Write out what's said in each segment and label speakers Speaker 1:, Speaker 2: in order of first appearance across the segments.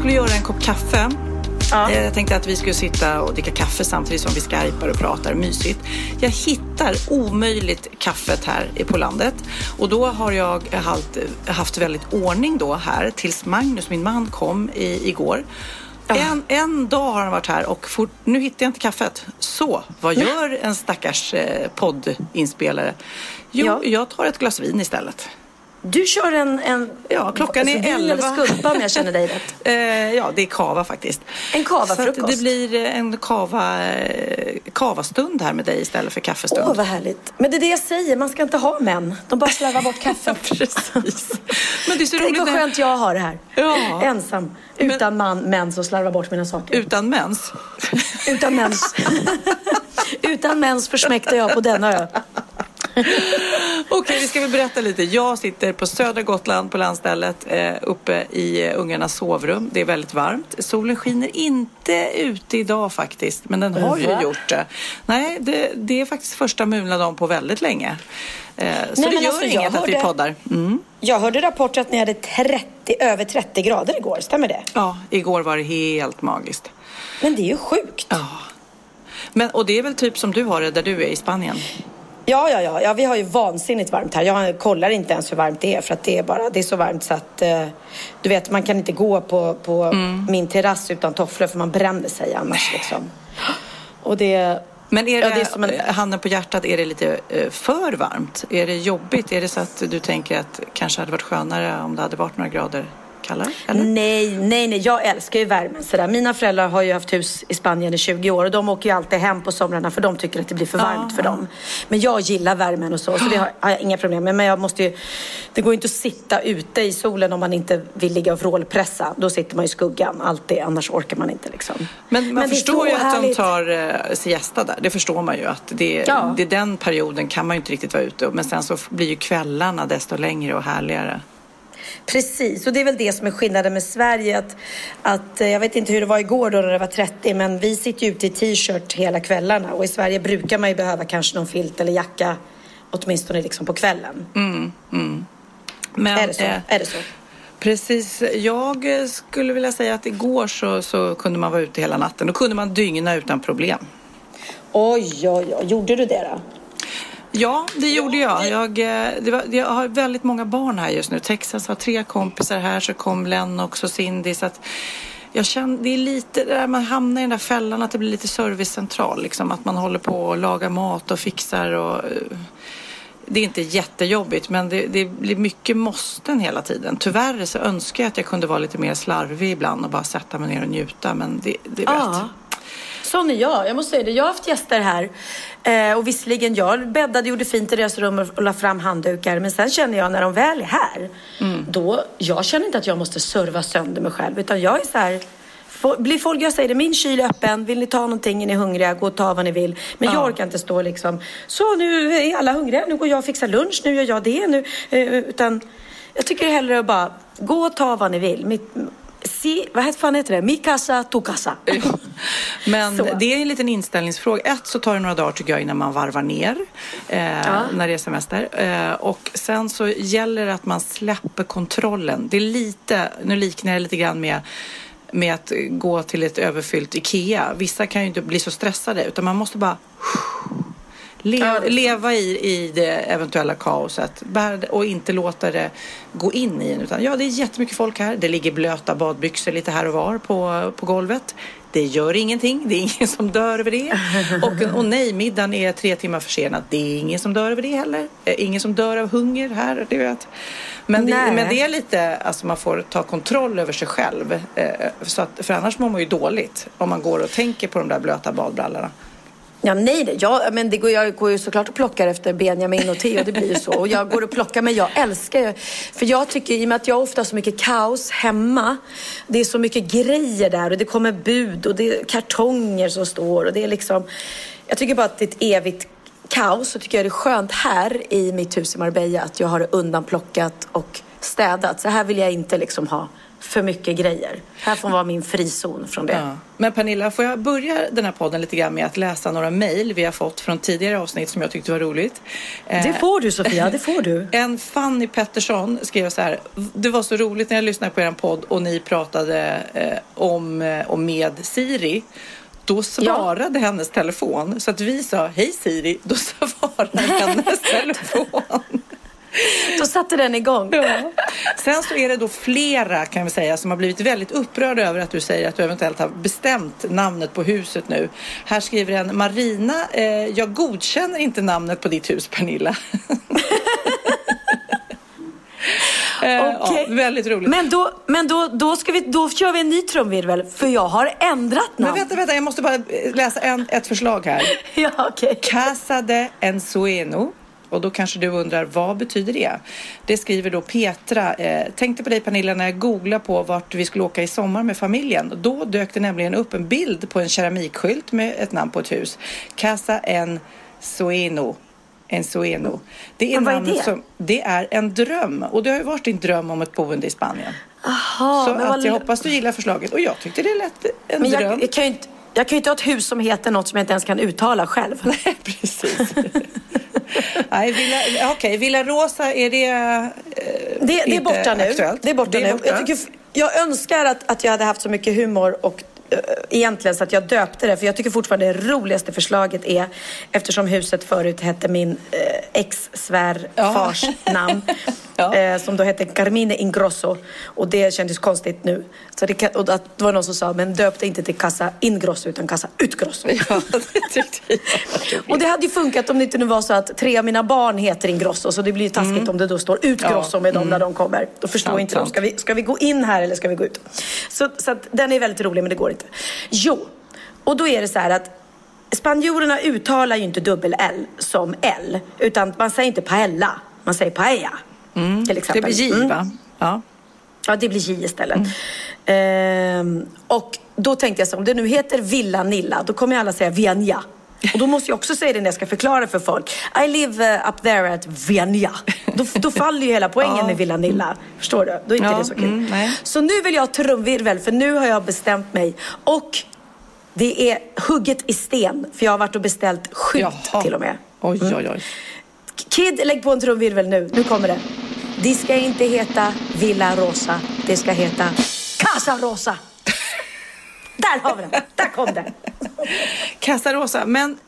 Speaker 1: skulle göra en kopp kaffe.
Speaker 2: Ja.
Speaker 1: Jag tänkte att vi skulle sitta och dricka kaffe samtidigt som vi skypar och pratar mysigt. Jag hittar omöjligt kaffet här på landet. Och då har jag haft väldigt ordning då här tills Magnus, min man, kom igår. En dag har han varit här och nu hittar jag inte kaffet. Så, vad gör en stackars poddinspelare? Jo, jag tar ett glas vin istället.
Speaker 2: Du kör en
Speaker 1: ja, klockan är 11.
Speaker 2: Eller skumpa om jag känner dig rätt.
Speaker 1: Ja, det är kava faktiskt.
Speaker 2: En kava-frukost.
Speaker 1: Så det blir en kavastund här med dig istället för kaffestund.
Speaker 2: Åh, vad härligt. Men det är det jag säger, man ska inte ha män. De bara slarvar bort kaffet.
Speaker 1: Precis. Men det är så roligt.
Speaker 2: Tänk vad skönt jag har det här.
Speaker 1: Ja.
Speaker 2: Ensam. Utan män som slarvar bort mina saker.
Speaker 1: Utan mens.
Speaker 2: Utan mens. Utan mens försmäktar jag på denna ö.
Speaker 1: Okej, vi ska väl berätta lite. Jag sitter på södra Gotland på landstället uppe i ungarnas sovrum. Det är väldigt varmt. Solen skiner inte ute idag faktiskt, men den har ju gjort det. Nej, det är faktiskt första mulna dagen på väldigt länge. Så det gör inget att vi poddar.
Speaker 2: Jag hörde rapporter att ni hade över 30 grader igår, stämmer det?
Speaker 1: Ja, igår var det helt magiskt.
Speaker 2: Men det är ju sjukt.
Speaker 1: Ja. Och det är väl typ som du har det där du är i Spanien?
Speaker 2: Ja, vi har ju vansinnigt varmt här. Jag kollar inte ens hur varmt det är, för att det är så varmt så att du vet, man kan inte gå på min terrass utan tofflor för man bränner sig annars liksom. Och det... Men är det som handen på hjärtat, är det lite för varmt? Är det jobbigt? Är det så att du tänker att kanske hade varit skönare om det hade varit några grader kallare? Eller? Nej, jag älskar ju värmen sådär. Mina föräldrar har ju haft hus i Spanien i 20 år och de åker ju alltid hem på somrarna för de tycker att det blir för varmt för dem. Men jag gillar värmen och så det har jag inga problem med. Men jag måste ju, det går ju inte att sitta ute i solen om man inte vill ligga och vrålpressa. Då sitter man i skuggan alltid, annars orkar man inte liksom.
Speaker 1: Men man förstår ju att de tar siesta där. Det förstår man ju att det är den perioden kan man ju inte riktigt vara ute. Men sen så blir ju kvällarna desto längre och härligare.
Speaker 2: Precis, och det är väl det som är skillnaden med Sverige att jag vet inte hur det var igår då när det var 30, men vi sitter ju ute i t-shirt hela kvällarna och i Sverige brukar man ju behöva kanske någon filt eller jacka åtminstone liksom på kvällen. Men, är det så?
Speaker 1: Precis, jag skulle vilja säga att igår så kunde man vara ute hela natten. Då kunde man dygna utan problem.
Speaker 2: Oj, gjorde du det då?
Speaker 1: Ja, det gjorde jag. Jag har väldigt många barn här just nu. Texas har 3 kompisar här, så kom Lennox och Cindy. Så att jag känner, det är lite där man hamnar i den där fällan att det blir lite servicecentral. Liksom, att man håller på och lagar mat och fixar. Och, det är inte jättejobbigt, men det blir mycket måsten hela tiden. Tyvärr så önskar jag att jag kunde vara lite mer slarvig ibland och bara sätta mig ner och njuta. Men det är rätt.
Speaker 2: Sån är jag måste säga det. Jag har haft gäster här och visserligen jag bäddade, gjorde fint i deras rum och la fram handdukar, men sen känner jag när de väl är här då, jag känner inte att jag måste serva sönder mig själv, utan jag är så här, blir folk, jag säger det, min kyl är öppen, vill ni ta någonting, är ni hungriga, gå och ta vad ni vill, men jag orkar inte stå liksom, så nu är alla hungriga, nu går jag och fixar lunch, nu gör jag det nu, utan jag tycker hellre att bara gå och ta vad ni vill. Vad fan heter det? Mi casa, tu casa.
Speaker 1: Men det är en liten inställningsfråga. Så tar det några dagar tycker jag innan man varvar ner när det är semester. Och sen så gäller det att man släpper kontrollen. Det är lite, nu liknar det lite grann med att gå till ett överfyllt IKEA. Vissa kan ju inte bli så stressade, utan man måste bara leva i det eventuella kaoset och inte låta det gå in i en, utan det är jättemycket folk här, det ligger blöta badbyxor lite här och var på golvet, det gör ingenting, det är ingen som dör över det och nej, middagen är 3 timmar försenad, det är ingen som dör över det heller, ingen som dör av hunger här, du vet. Men det är lite, alltså man får ta kontroll över sig själv, så att, för annars mår man ju dåligt om man går och tänker på de där blöta badbrallorna.
Speaker 2: Ja, nej, men jag går ju såklart och plockar efter Benjamin och Theo, det blir ju så. Och jag går och plockar, men jag älskar ju, för jag tycker, i och med att jag ofta har så mycket kaos hemma, det är så mycket grejer där och det kommer bud och det är kartonger som står och det är liksom, jag tycker bara att det är ett evigt kaos, så tycker jag det är skönt här i mitt hus i Marbella att jag har det undanplockat och städat. Så här vill jag inte liksom ha för mycket grejer. Här får vara min frizon från det.
Speaker 1: Ja. Men Pernilla, får jag börja den här podden lite grann med att läsa några mejl vi har fått från tidigare avsnitt som jag tyckte var roligt.
Speaker 2: Det får du, Sofia, det får du.
Speaker 1: En Fanny Pettersson skrev så här: det var så roligt när jag lyssnade på er podd och ni pratade om med Siri. Då svarade hennes telefon. Så att vi sa, hej Siri, då svarade hennes telefon.
Speaker 2: Då satte den igång.
Speaker 1: Ja. Sen så är det då flera, kan vi säga, som har blivit väldigt upprörda över att du säger att du eventuellt har bestämt namnet på huset nu. Här skriver en Marina: jag godkänner inte namnet på ditt hus, Pernilla. Ja, väldigt roligt.
Speaker 2: Men då kör vi en ny trumvirvel, för jag har ändrat namn.
Speaker 1: Men vänta, jag måste bara läsa ett förslag här.
Speaker 2: Ja, okej.
Speaker 1: Casa de Ensueno. Och då kanske du undrar, vad betyder det? Det skriver då Petra. Tänkte på dig, Pernilla, när jag googlade på vart vi skulle åka i sommar med familjen. Då dök det nämligen upp en bild på en keramikskylt med ett namn på ett hus. Casa Ensueno. Ensueno. Det är namnet som, det är en dröm. Och det har ju varit din dröm om ett boende i Spanien.
Speaker 2: Aha,
Speaker 1: så att jag hoppas du gillar förslaget. Och jag tyckte det lät en dröm.
Speaker 2: Jag kan ju inte ha ett hus som heter något som jag inte ens kan uttala själv.
Speaker 1: Nej, precis. Nej, Villa Rosa, är
Speaker 2: det är borta nu.
Speaker 1: Aktuellt?
Speaker 2: Det är borta nu. Jag önskar att jag hade haft så mycket humor och egentligen så att jag döpte det, för jag tycker fortfarande det roligaste förslaget är, eftersom huset förut hette min ex-svärfars namn, som då hette Carmine Ingrosso, och det kändes konstigt nu, så det var någon som sa, men döpte inte till Casa Ingrosso utan Casa Utgrosso.
Speaker 1: Ja, det tyckte jag.
Speaker 2: Och det hade ju funkat om det inte nu var så att 3 av mina barn heter Ingrosso, så det blir ju taskigt om det då står Utgrosso med dem när de kommer. Då förstår inte de, ska vi gå in här eller ska vi gå ut? Så att den är väldigt rolig, men det går inte. Jo, och då är det så här att spanjorerna uttalar ju inte dubbel-L som L, utan man säger inte paella, man säger paella. Till exempel.
Speaker 1: Det blir J, va?
Speaker 2: Ja, det blir J istället. Och då tänkte jag så, om det nu heter Villa Nilla, då kommer alla säga Viania. Och då måste jag också säga det när jag ska förklara för folk. I live up there at Viania. Då faller ju hela poängen med Villa Nilla. Förstår du? Då är inte det så kul. Så nu vill jag ha trumvirvel, för nu har jag bestämt mig. Och det är hugget i sten, för jag har varit och beställt skylt till och med.
Speaker 1: Oj.
Speaker 2: Kid, lägg på en trumvirvel nu. Nu kommer det. Det ska inte heta Villa Rosa. Det ska heta Casa Rosa. Där har vi den. Där kom den.
Speaker 1: Casa Rosa. Men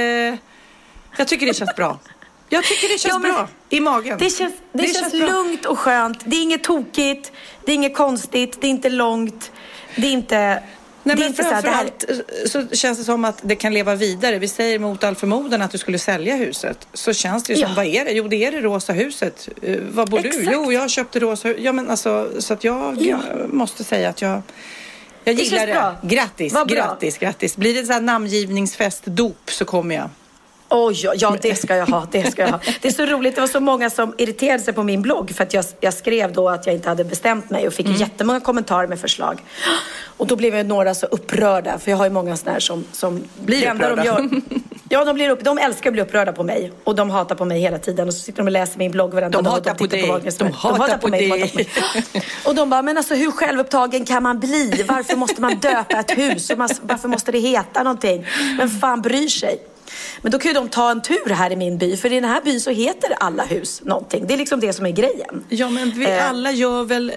Speaker 1: jag tycker det känns bra. Jag tycker det känns bra i magen.
Speaker 2: Det känns lugnt och skönt. Det är inget tokigt. Det är inget konstigt. Det är inte långt. Det är inte...
Speaker 1: Nej, men framförallt så känns det som att det kan leva vidare. Vi säger mot all förmodan att du skulle sälja huset. Så känns det ju som, vad är det? Jo, det är det rosa huset. Vad bor du? Jo, jag köpte rosa hus. Ja, men alltså, så att jag måste säga att jag gillar det. Bra. Grattis. Blir det en sån här namngivningsfest, dop, så kommer jag.
Speaker 2: Oj, ja, det ska jag ha. Det är så roligt. Det var så många som irriterade sig på min blogg för att jag skrev då att jag inte hade bestämt mig och fick jättemånga kommentarer med förslag. Och då blev några så upprörda, för jag har ju många sådana här som
Speaker 1: blir upprörda.
Speaker 2: De älskar att bli upprörda på mig, och de hatar på mig hela tiden, och så sitter de och läser min blogg varenda dag.
Speaker 1: De hatar på dig.
Speaker 2: Och de bara, men alltså hur självupptagen kan man bli? Varför måste man döpa ett hus? Varför måste det heta någonting? Men fan bryr sig? Men då kan ju de ta en tur här i min by, för i den här byn så heter alla hus någonting. Det är liksom det som är grejen.
Speaker 1: Ja, men vi alla gör väl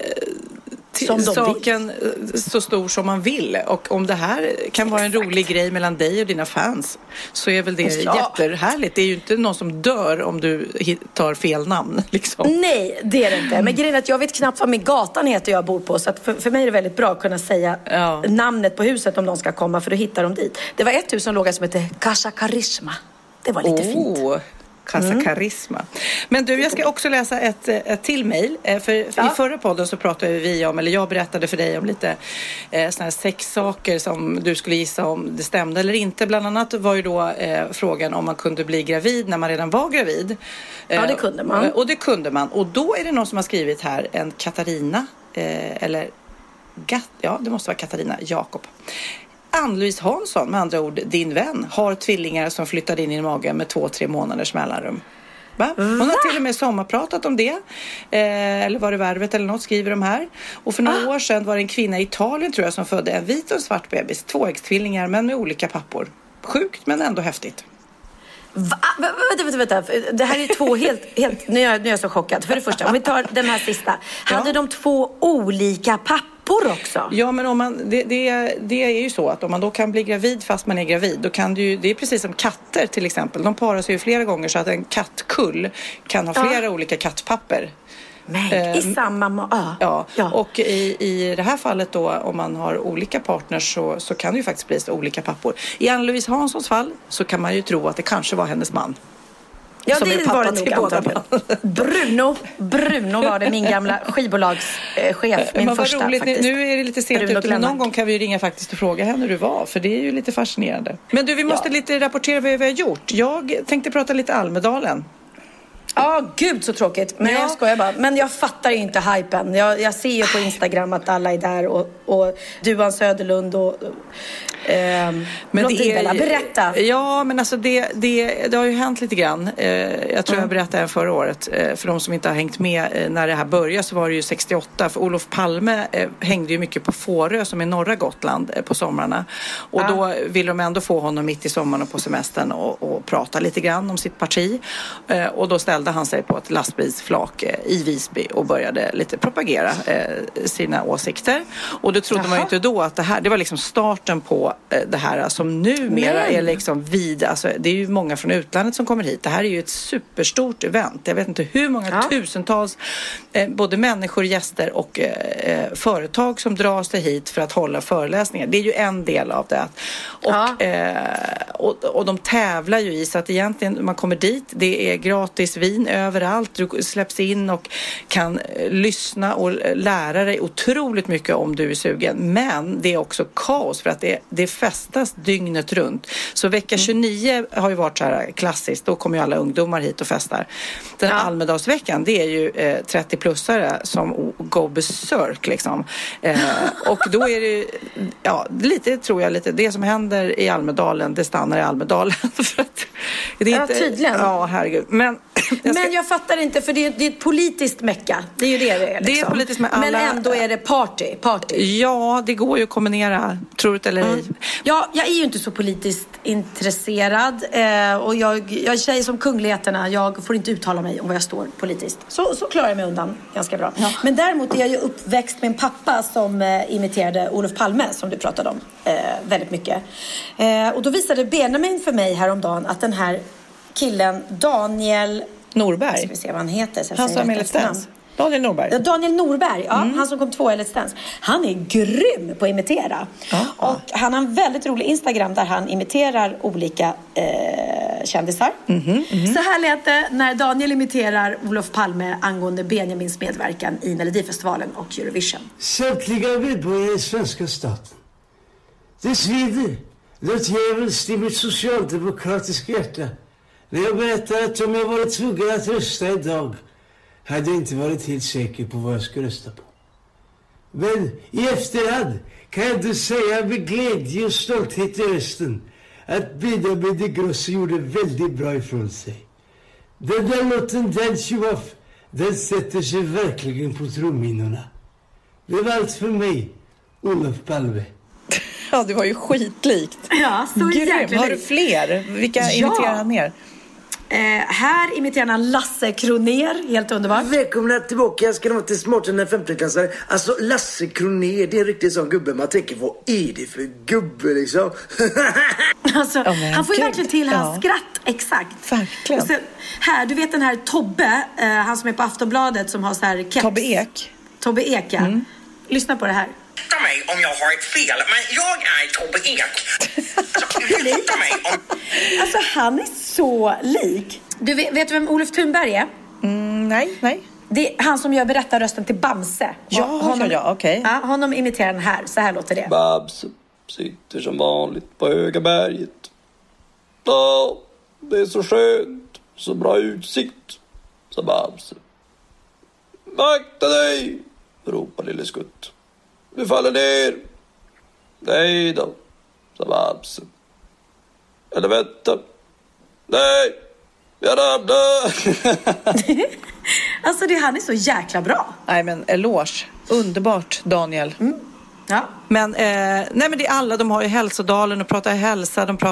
Speaker 1: saken så stor som man vill. Och om det här kan vara en rolig grej mellan dig och dina fans, så är väl det jättehärligt. Det är ju inte någon som dör om du tar fel namn liksom. Nej, det är det inte. Men grejen är att jag vet knappt vad min gatan heter jag bor på. Så att för mig är det väldigt bra att kunna säga namnet på huset om de ska komma, för då hittar de dit. Det var ett hus som låg som heter Casa Carisma. Det var lite fint. Casa Carisma. Men du, jag ska också läsa ett till mejl. För i förra podden så pratade vi om, eller jag berättade för dig om lite såna här 6 saker som du skulle gissa om det stämde eller inte. Bland annat var ju då frågan om man kunde bli gravid när man redan var gravid. Ja, det kunde man. Och det kunde man. Och då är det någon som har skrivit här, en Katarina, det måste vara Katarina Jakob. Ann-Louise Hansson, med andra ord din vän, har tvillingar som flyttade in i magen med 2-3 månaders mellanrum. Va? Hon har till och med sommarpratat om det. Eller var det Värvet eller något, skriver de här. Och för några år sedan var det en kvinna i Italien, tror jag, som födde en vit och en svart bebis. Tvåäggstvillingar, men med olika pappor. Sjukt, men ändå häftigt.
Speaker 2: Vänta. Det här är två helt... Nu är jag så chockad. För det första, om vi tar den här sista. Hade de två olika pappor också?
Speaker 1: Ja, men om man, det är ju så att om man då kan bli gravid fast man är gravid, då kan det är precis som katter till exempel. De parar sig ju flera gånger, så att en kattkull kan ha flera olika kattpapper.
Speaker 2: Men, i samma...
Speaker 1: Ja, och i det här fallet då, om man har olika partners, så kan det ju faktiskt bli så olika pappor. I Ann-Louise Hanssons fall så kan man ju tro att det kanske var hennes man.
Speaker 2: Ja,
Speaker 1: som
Speaker 2: det
Speaker 1: är
Speaker 2: var
Speaker 1: pappa
Speaker 2: det
Speaker 1: till
Speaker 2: nog
Speaker 1: båda.
Speaker 2: Bruno var det, min gamla skivbolagschef. Min
Speaker 1: men
Speaker 2: första
Speaker 1: roligt,
Speaker 2: faktiskt.
Speaker 1: nu är det lite sent ute, men någon gång kan vi ringa faktiskt och fråga henne hur du var, för det är ju lite fascinerande. Men du, vi måste lite rapportera vad vi har gjort. Jag tänkte prata lite Almedalen.
Speaker 2: Gud så tråkigt. Men jag skojar bara. Men jag fattar ju inte hypen. Jag ser ju på Instagram att alla är där och Duan Söderlund och
Speaker 1: men det är,
Speaker 2: berätta.
Speaker 1: Ja, men alltså det har ju hänt lite grann. Jag tror jag berättade förra året. För de som inte har hängt med när det här började, så var det ju 68. För Olof Palme hängde ju mycket på Fårö, som är norra Gotland, på somrarna. Och då ville de ändå få honom mitt i sommaren och på semestern och prata lite grann om sitt parti. Och då ställde han sig på ett lastbilsflak i Visby och började lite propagera sina åsikter. Och då trodde man ju inte då att det var liksom starten på det här som numera är liksom alltså det är ju många från utlandet som kommer hit. Det här är ju ett superstort event. Jag vet inte hur många tusentals både människor, gäster och företag som drar sig hit för att hålla föreläsningar. Det är ju en del av det. Och de tävlar ju i, så att egentligen man kommer dit, det är gratis vin överallt. Du släpps in och kan lyssna och lära dig otroligt mycket om du är sugen. Men det är också kaos, för att det festas dygnet runt. Så vecka 29 har ju varit så här klassiskt. Då kommer ju alla ungdomar hit och festar. Den Almedalsveckan, det är ju 30-plussare som går besök liksom. Och då är det lite, tror jag, lite det som händer i Almedalen, det stannar i Almedalen. För att det är inte,
Speaker 2: tydligen.
Speaker 1: Ja, herregud. Men
Speaker 2: jag fattar inte, för det är ett politiskt mecka. Det är ju det är liksom.
Speaker 1: Det är politiskt med alla...
Speaker 2: Men ändå är det party.
Speaker 1: Ja, det går ju att kombinera, tror du eller ej.
Speaker 2: Ja, jag är ju inte så politiskt intresserad. Och jag säger som kungligheterna, jag får inte uttala mig om vad jag står politiskt. Så klarar jag mig undan ganska bra. Ja. Men däremot är jag ju uppväxt med en pappa som imiterade Olof Palme, som du pratade om väldigt mycket. Och då visade Benjamin för mig häromdagen att den här killen, Daniel
Speaker 1: Norberg.
Speaker 2: Ska vi se vad han heter.
Speaker 1: Han som är Let's Dance. Daniel Norberg.
Speaker 2: Daniel Norberg, han som kom 2 i Let's Dance. Han är grym på att imitera. Och han har en väldigt rolig Instagram där han imiterar olika kändisar. Så här lät det när Daniel imiterar Olof Palme angående Benjamins medverkan i Melodifestivalen och Eurovision.
Speaker 3: Samtliga medborgare i svenska staten. Det svider något djävulskt i mitt socialdemokratiska hjärta när jag berättar att om jag varit tvungen att rösta idag hade jag inte varit helt säker på vad jag skulle rösta på. Men i efterhand kan jag ändå säga med glädje och stolthet i rösten att Benjamin Ingrosso gjorde väldigt bra ifrån sig. Den där låten Dance You Off, den sätter sig verkligen på trumhinnorna. Det var allt för mig, Olof Palme.
Speaker 1: Ja, det var ju skitlikt.
Speaker 2: Ja, så jäkla.
Speaker 1: Har du fler? Vilka imiterar han mer?
Speaker 2: Här imiterar han Lasse Kronér, helt underbart.
Speaker 4: Välkomna tillbaka, ska det vara till smarten den 15-klassare. Alltså Lasse Kronér, det är en riktigt sån gubbe. Man tänker, vad är det för gubbe liksom?
Speaker 2: Alltså, han får ju verkligen till hans skratt, exakt.
Speaker 1: Verkligen.
Speaker 2: Och sen, här, du vet den här Tobbe, han som är på Aftonbladet som har så här keps. Tobbe Ek, ja. Lyssna på det här.
Speaker 5: Hitta mig om jag har ett fel, men jag är Tobbe Ek. Hitta mig om...
Speaker 2: Alltså han är så lik. Du vet vem Olof Thunberg är?
Speaker 1: Nej.
Speaker 2: Det är han som gör berättarrösten till Bamse.
Speaker 1: Okej.
Speaker 2: Ja, honom imiterar den här. Så här låter det.
Speaker 6: Babs sitter som vanligt på Höga berget. Ja, det är så skönt. Så bra utsikt, sa Babs. Vakta dig, ropar lille Skutt. Du faller ner. Nej då, sa Babs. Eller vänta. Nej, Jag dödade!
Speaker 2: Alltså han är så jäkla bra.
Speaker 1: Nej men eloge. Underbart, Daniel.
Speaker 2: Ja.
Speaker 1: Men, nej men det är alla, de har ju hälsodalen, de pratar hälsa, de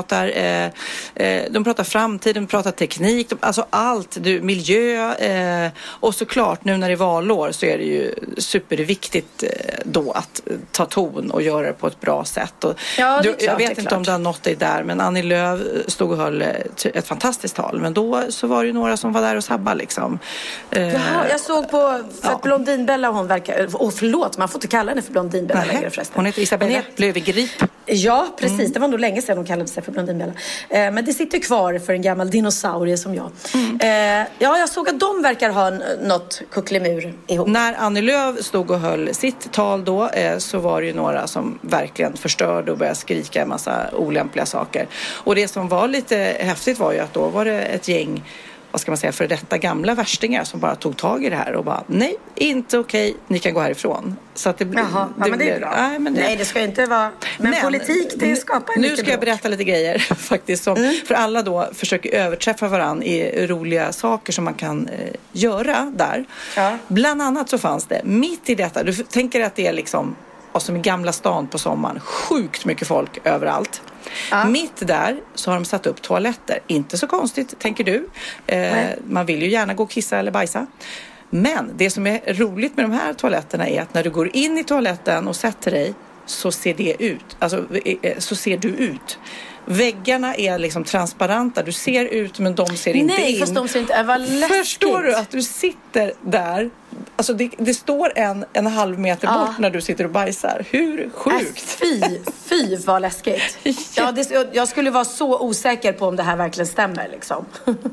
Speaker 1: pratar framtid, de pratar teknik, alltså allt, miljö och såklart nu när det är valår så är det ju superviktigt då att ta ton och göra det på ett bra sätt. Och
Speaker 2: ja,
Speaker 1: jag vet inte om det har nått dig där, men Annie Lööf stod och höll ett fantastiskt tal, men då så var det ju några som var där och sabba liksom.
Speaker 2: Jaha, jag såg på för att Blondinbella, hon verkar, förlåt, man får inte kalla henne för Blondinbella längre förresten.
Speaker 1: Hon heter Isabella Löwengrip.
Speaker 2: Ja, precis. Det var nog länge sedan hon kallade sig för Blondinbella. Men det sitter kvar för en gammal dinosaurie som jag. Ja, jag såg att de verkar ha något kucklemur ihop.
Speaker 1: När Annie Lööf stod och höll sitt tal då så var det ju några som verkligen förstörde och började skrika en massa olämpliga saker. Och det som var lite häftigt var ju att då var det ett gäng, vad ska man säga, för detta gamla värstingar som bara tog tag i det här och bara, nej, inte okej, ni kan gå härifrån. Så att det blir...
Speaker 2: Jaha, men det är bra. Nej, det ska inte vara... Men politik, det skapar
Speaker 1: nu ska jag berätta lite grejer faktiskt. För alla då försöker överträffa varann i roliga saker som man kan göra där. Ja. Bland annat så fanns det, mitt i detta, du tänker att det är liksom, som i Gamla stan på sommaren, sjukt mycket folk överallt. Ja. Mitt där så har de satt upp toaletter. Inte så konstigt, tänker du. Man vill ju gärna gå och kissa eller bajsa. Men det som är roligt med de här toaletterna är att när du går in i toaletten och sätter dig så ser det ut. Alltså, så ser du ut. Väggarna är liksom transparenta. Du ser ut men de ser inte in.
Speaker 2: Nej, fast de ser inte. Vad läskigt.
Speaker 1: Förstår du att du sitter där? Alltså det står en halv meter bort när du sitter och bajsar. Hur sjukt?
Speaker 2: Fy vad läskigt. Ja, jag skulle vara så osäker på om det här verkligen stämmer liksom.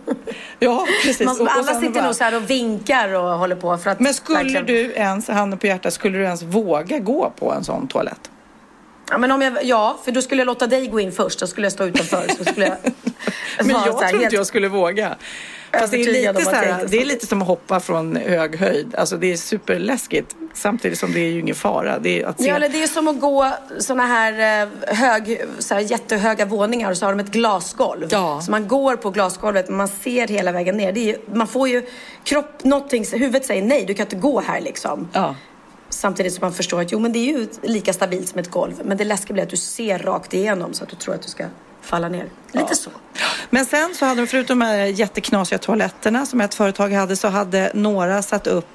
Speaker 1: Ja, precis.
Speaker 2: Alla sitter nog så här och vinkar och håller på för att.
Speaker 1: Men skulle du ens, handen på hjärtat, skulle du ens våga gå på en sån toalett?
Speaker 2: Ja, men för då skulle jag låta dig gå in först. Då skulle jag stå utanför. Så skulle jag
Speaker 1: men jag tror inte jag skulle våga. Fast det är lite så här, det är lite som att hoppa från hög höjd. Alltså det är superläskigt. Samtidigt som det är ju ingen fara. Det är att se...
Speaker 2: Ja, eller det är som att gå såna här jättehöga våningar och så har de ett glasgolv. Ja. Så man går på glasgolvet men man ser hela vägen ner. Man får ju huvudet säger nej, du kan inte gå här liksom. Ja. Samtidigt som man förstår att men det är ju lika stabilt som ett golv. Men det läskiga blir att du ser rakt igenom så att du tror att du ska falla ner. Lite så.
Speaker 1: Men sen så hade de, förutom de här jätteknasiga toaletterna som ett företag hade, så hade några satt upp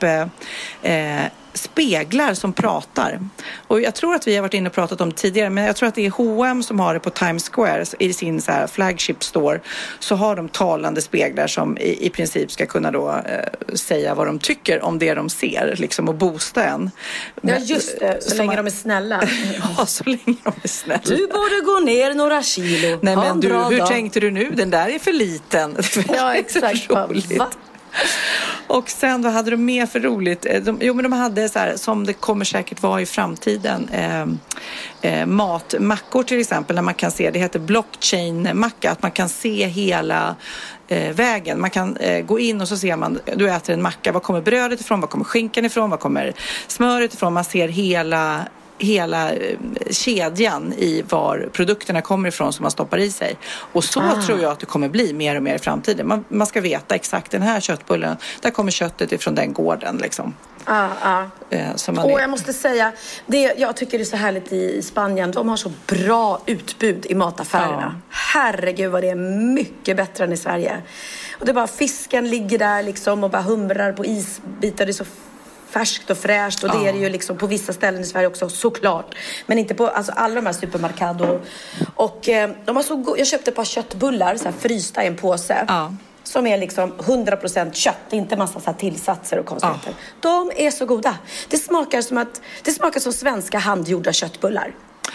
Speaker 1: speglar som pratar. Och jag tror att vi har varit inne och pratat om tidigare, men jag tror att det är H&M som har det på Times Square i sin så här flagship store, så har de talande speglar som i princip ska kunna då säga vad de tycker om det de ser liksom, och boosta en.
Speaker 2: Ja, just det, så länge de är snälla.
Speaker 1: Ja, så länge de är snälla.
Speaker 2: Du borde gå ner några kilo.
Speaker 1: Nej, men du, hur tänkte du nu? Den där är för liten.
Speaker 2: Ja, exakt. Va?
Speaker 1: Och sen vad hade de mer för roligt? De hade så här, som det kommer säkert vara i framtiden, matmackor till exempel, när man kan se, det heter blockchain-macka, att man kan se hela vägen. Man kan gå in och så ser man, du äter en macka, var kommer brödet ifrån, var kommer skinkan ifrån, var kommer smöret ifrån, man ser hela kedjan i var produkterna kommer ifrån som man stoppar i sig. Och så tror jag att det kommer bli mer och mer i framtiden. Man ska veta exakt, den här köttbullen, där kommer köttet ifrån den gården liksom.
Speaker 2: Och jag måste säga, jag tycker det är så härligt i Spanien. De har så bra utbud i mataffärerna. Herregud vad det är mycket bättre än i Sverige. Och det är bara, fisken ligger där liksom och bara humrar på isbitar. Det är så färskt och fräscht, och det är det ju liksom på vissa ställen i Sverige också, såklart. Men inte på alla de här supermarkado. Och de har jag köpte ett par köttbullar så här, frysta i en påse. Som är liksom 100% kött, inte massa så här tillsatser och konstigheter. De är så goda. Det smakar som svenska handgjorda köttbullar.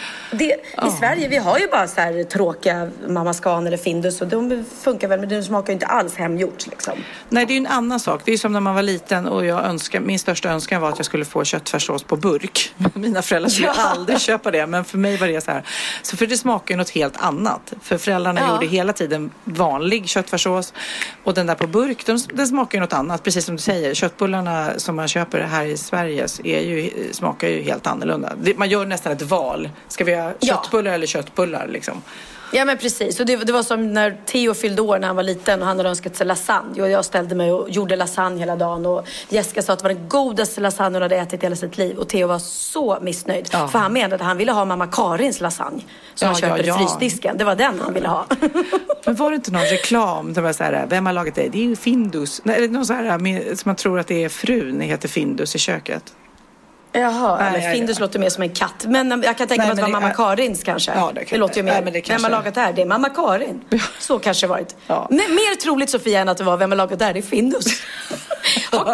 Speaker 2: I Sverige, vi har ju bara så här tråkiga Mamma Scan eller Findus, och de funkar väl, men de smakar ju inte alls hemgjort liksom.
Speaker 1: Nej, det är ju en annan sak. Det är ju som när man var liten och min största önskan var att jag skulle få köttfärssås på burk. Mina föräldrar skulle aldrig köpa det, men för mig var det så här. Så för det smakar ju något helt annat. För föräldrarna gjorde hela tiden vanlig köttfärssås, och den där på burk, den smakar ju något annat. Precis som du säger, köttbullarna som man köper här i Sverige smakar ju helt annorlunda. Man gör nästan ett val. Ska vi ha köttbullar eller köttbullar liksom?
Speaker 2: Ja men precis, och det var som när Theo fyllde år när han var liten och han hade önskat sig lasagne och jag ställde mig och gjorde lasagne hela dagen och Jessica sa att det var den godaste lasagne hon hade ätit hela sitt liv och Theo var så missnöjd för han menade att han ville ha mamma Karins lasagne som han köpte i frysdisken, det var den han ville ha.
Speaker 1: Men var det inte någon reklam det var så här, vem har lagat det? Det är ju Findus, eller någon så här som man tror att det är frun, heter Findus i köket.
Speaker 2: Jaha, eller Findus låter mer som en katt. Men jag kan tänka mig att det var mamma Karins kanske.
Speaker 1: Ja,
Speaker 2: det låter ju mer. Vem har lagat det här? Det är mamma Karin. Så kanske det varit. Ja. Mer troligt Sofia än att det var vem har lagat det här? Det är Findus. Har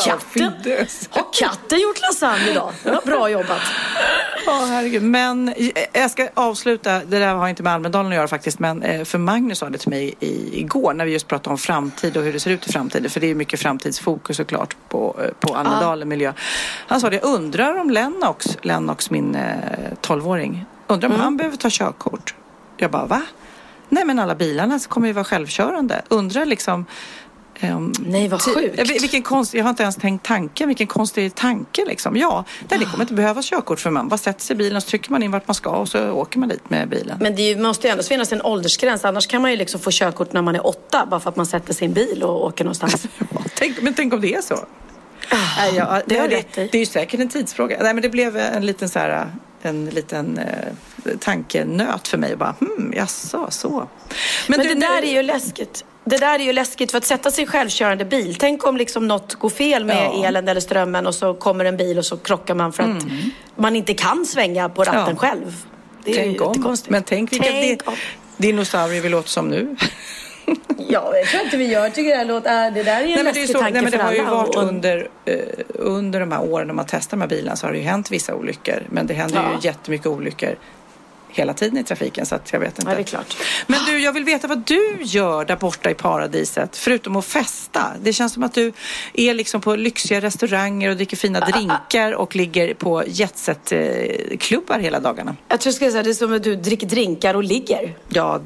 Speaker 2: katten gjort lasagne idag? Det var bra jobbat.
Speaker 1: Herregud. Men jag ska avsluta. Det där har inte med Almedalen att göra faktiskt. Men för Magnus sa det till mig igår när vi just pratade om framtid och hur det ser ut i framtiden. För det är mycket framtidsfokus såklart på Almedalen miljö. Han sa det, jag undrar om Lennox min 12-åring, undrar om han behöver ta körkort. Jag bara, va? Nej men alla bilarna kommer ju vara självkörande. Undrar liksom
Speaker 2: nej vad sjukt.
Speaker 1: Vilken konstig, jag har inte ens tänkt tanken. Vilken konstig tanke liksom. Ja, det kommer inte behövas körkort för man bara sätter sig i bilen och så trycker man in vart man ska och så åker man dit med bilen.
Speaker 2: Men det måste ju ändå finnas en åldersgräns. Annars kan man ju liksom få körkort när man är 8 bara för att man sätter sin bil och åker någonstans.
Speaker 1: Tänk om det är så. Det är ju säkert en tidsfråga. Nej, men det blev en liten tankenöt för mig bara, jaså, så. Men
Speaker 2: det där är ju läskigt. Det där är ju läskigt för att sätta sig i självkörande bil. Tänk om liksom något går fel med elen eller strömmen och så kommer en bil och så krockar man för att man inte kan svänga på ratten själv. Det är ju jättekonstigt.
Speaker 1: Men tänk vilka dinosaurier vi låter som nu.
Speaker 2: Ja, jag tror inte vi gör. Jag tycker det här låter, det där är en läskig tanke för alla.
Speaker 1: Det har ju varit under de här åren när man testar de här bilarna så har det ju hänt vissa olyckor. Men det händer ju jättemycket olyckor hela tiden i trafiken så att jag vet inte.
Speaker 2: Ja, det är klart.
Speaker 1: Men du, jag vill veta vad du gör där borta i paradiset förutom att festa. Det känns som att du är liksom på lyxiga restauranger och dricker fina drinkar och ligger på jetset-klubbar hela dagarna.
Speaker 2: Jag tror jag ska säga det är som att du dricker drinkar och ligger.
Speaker 1: Ja,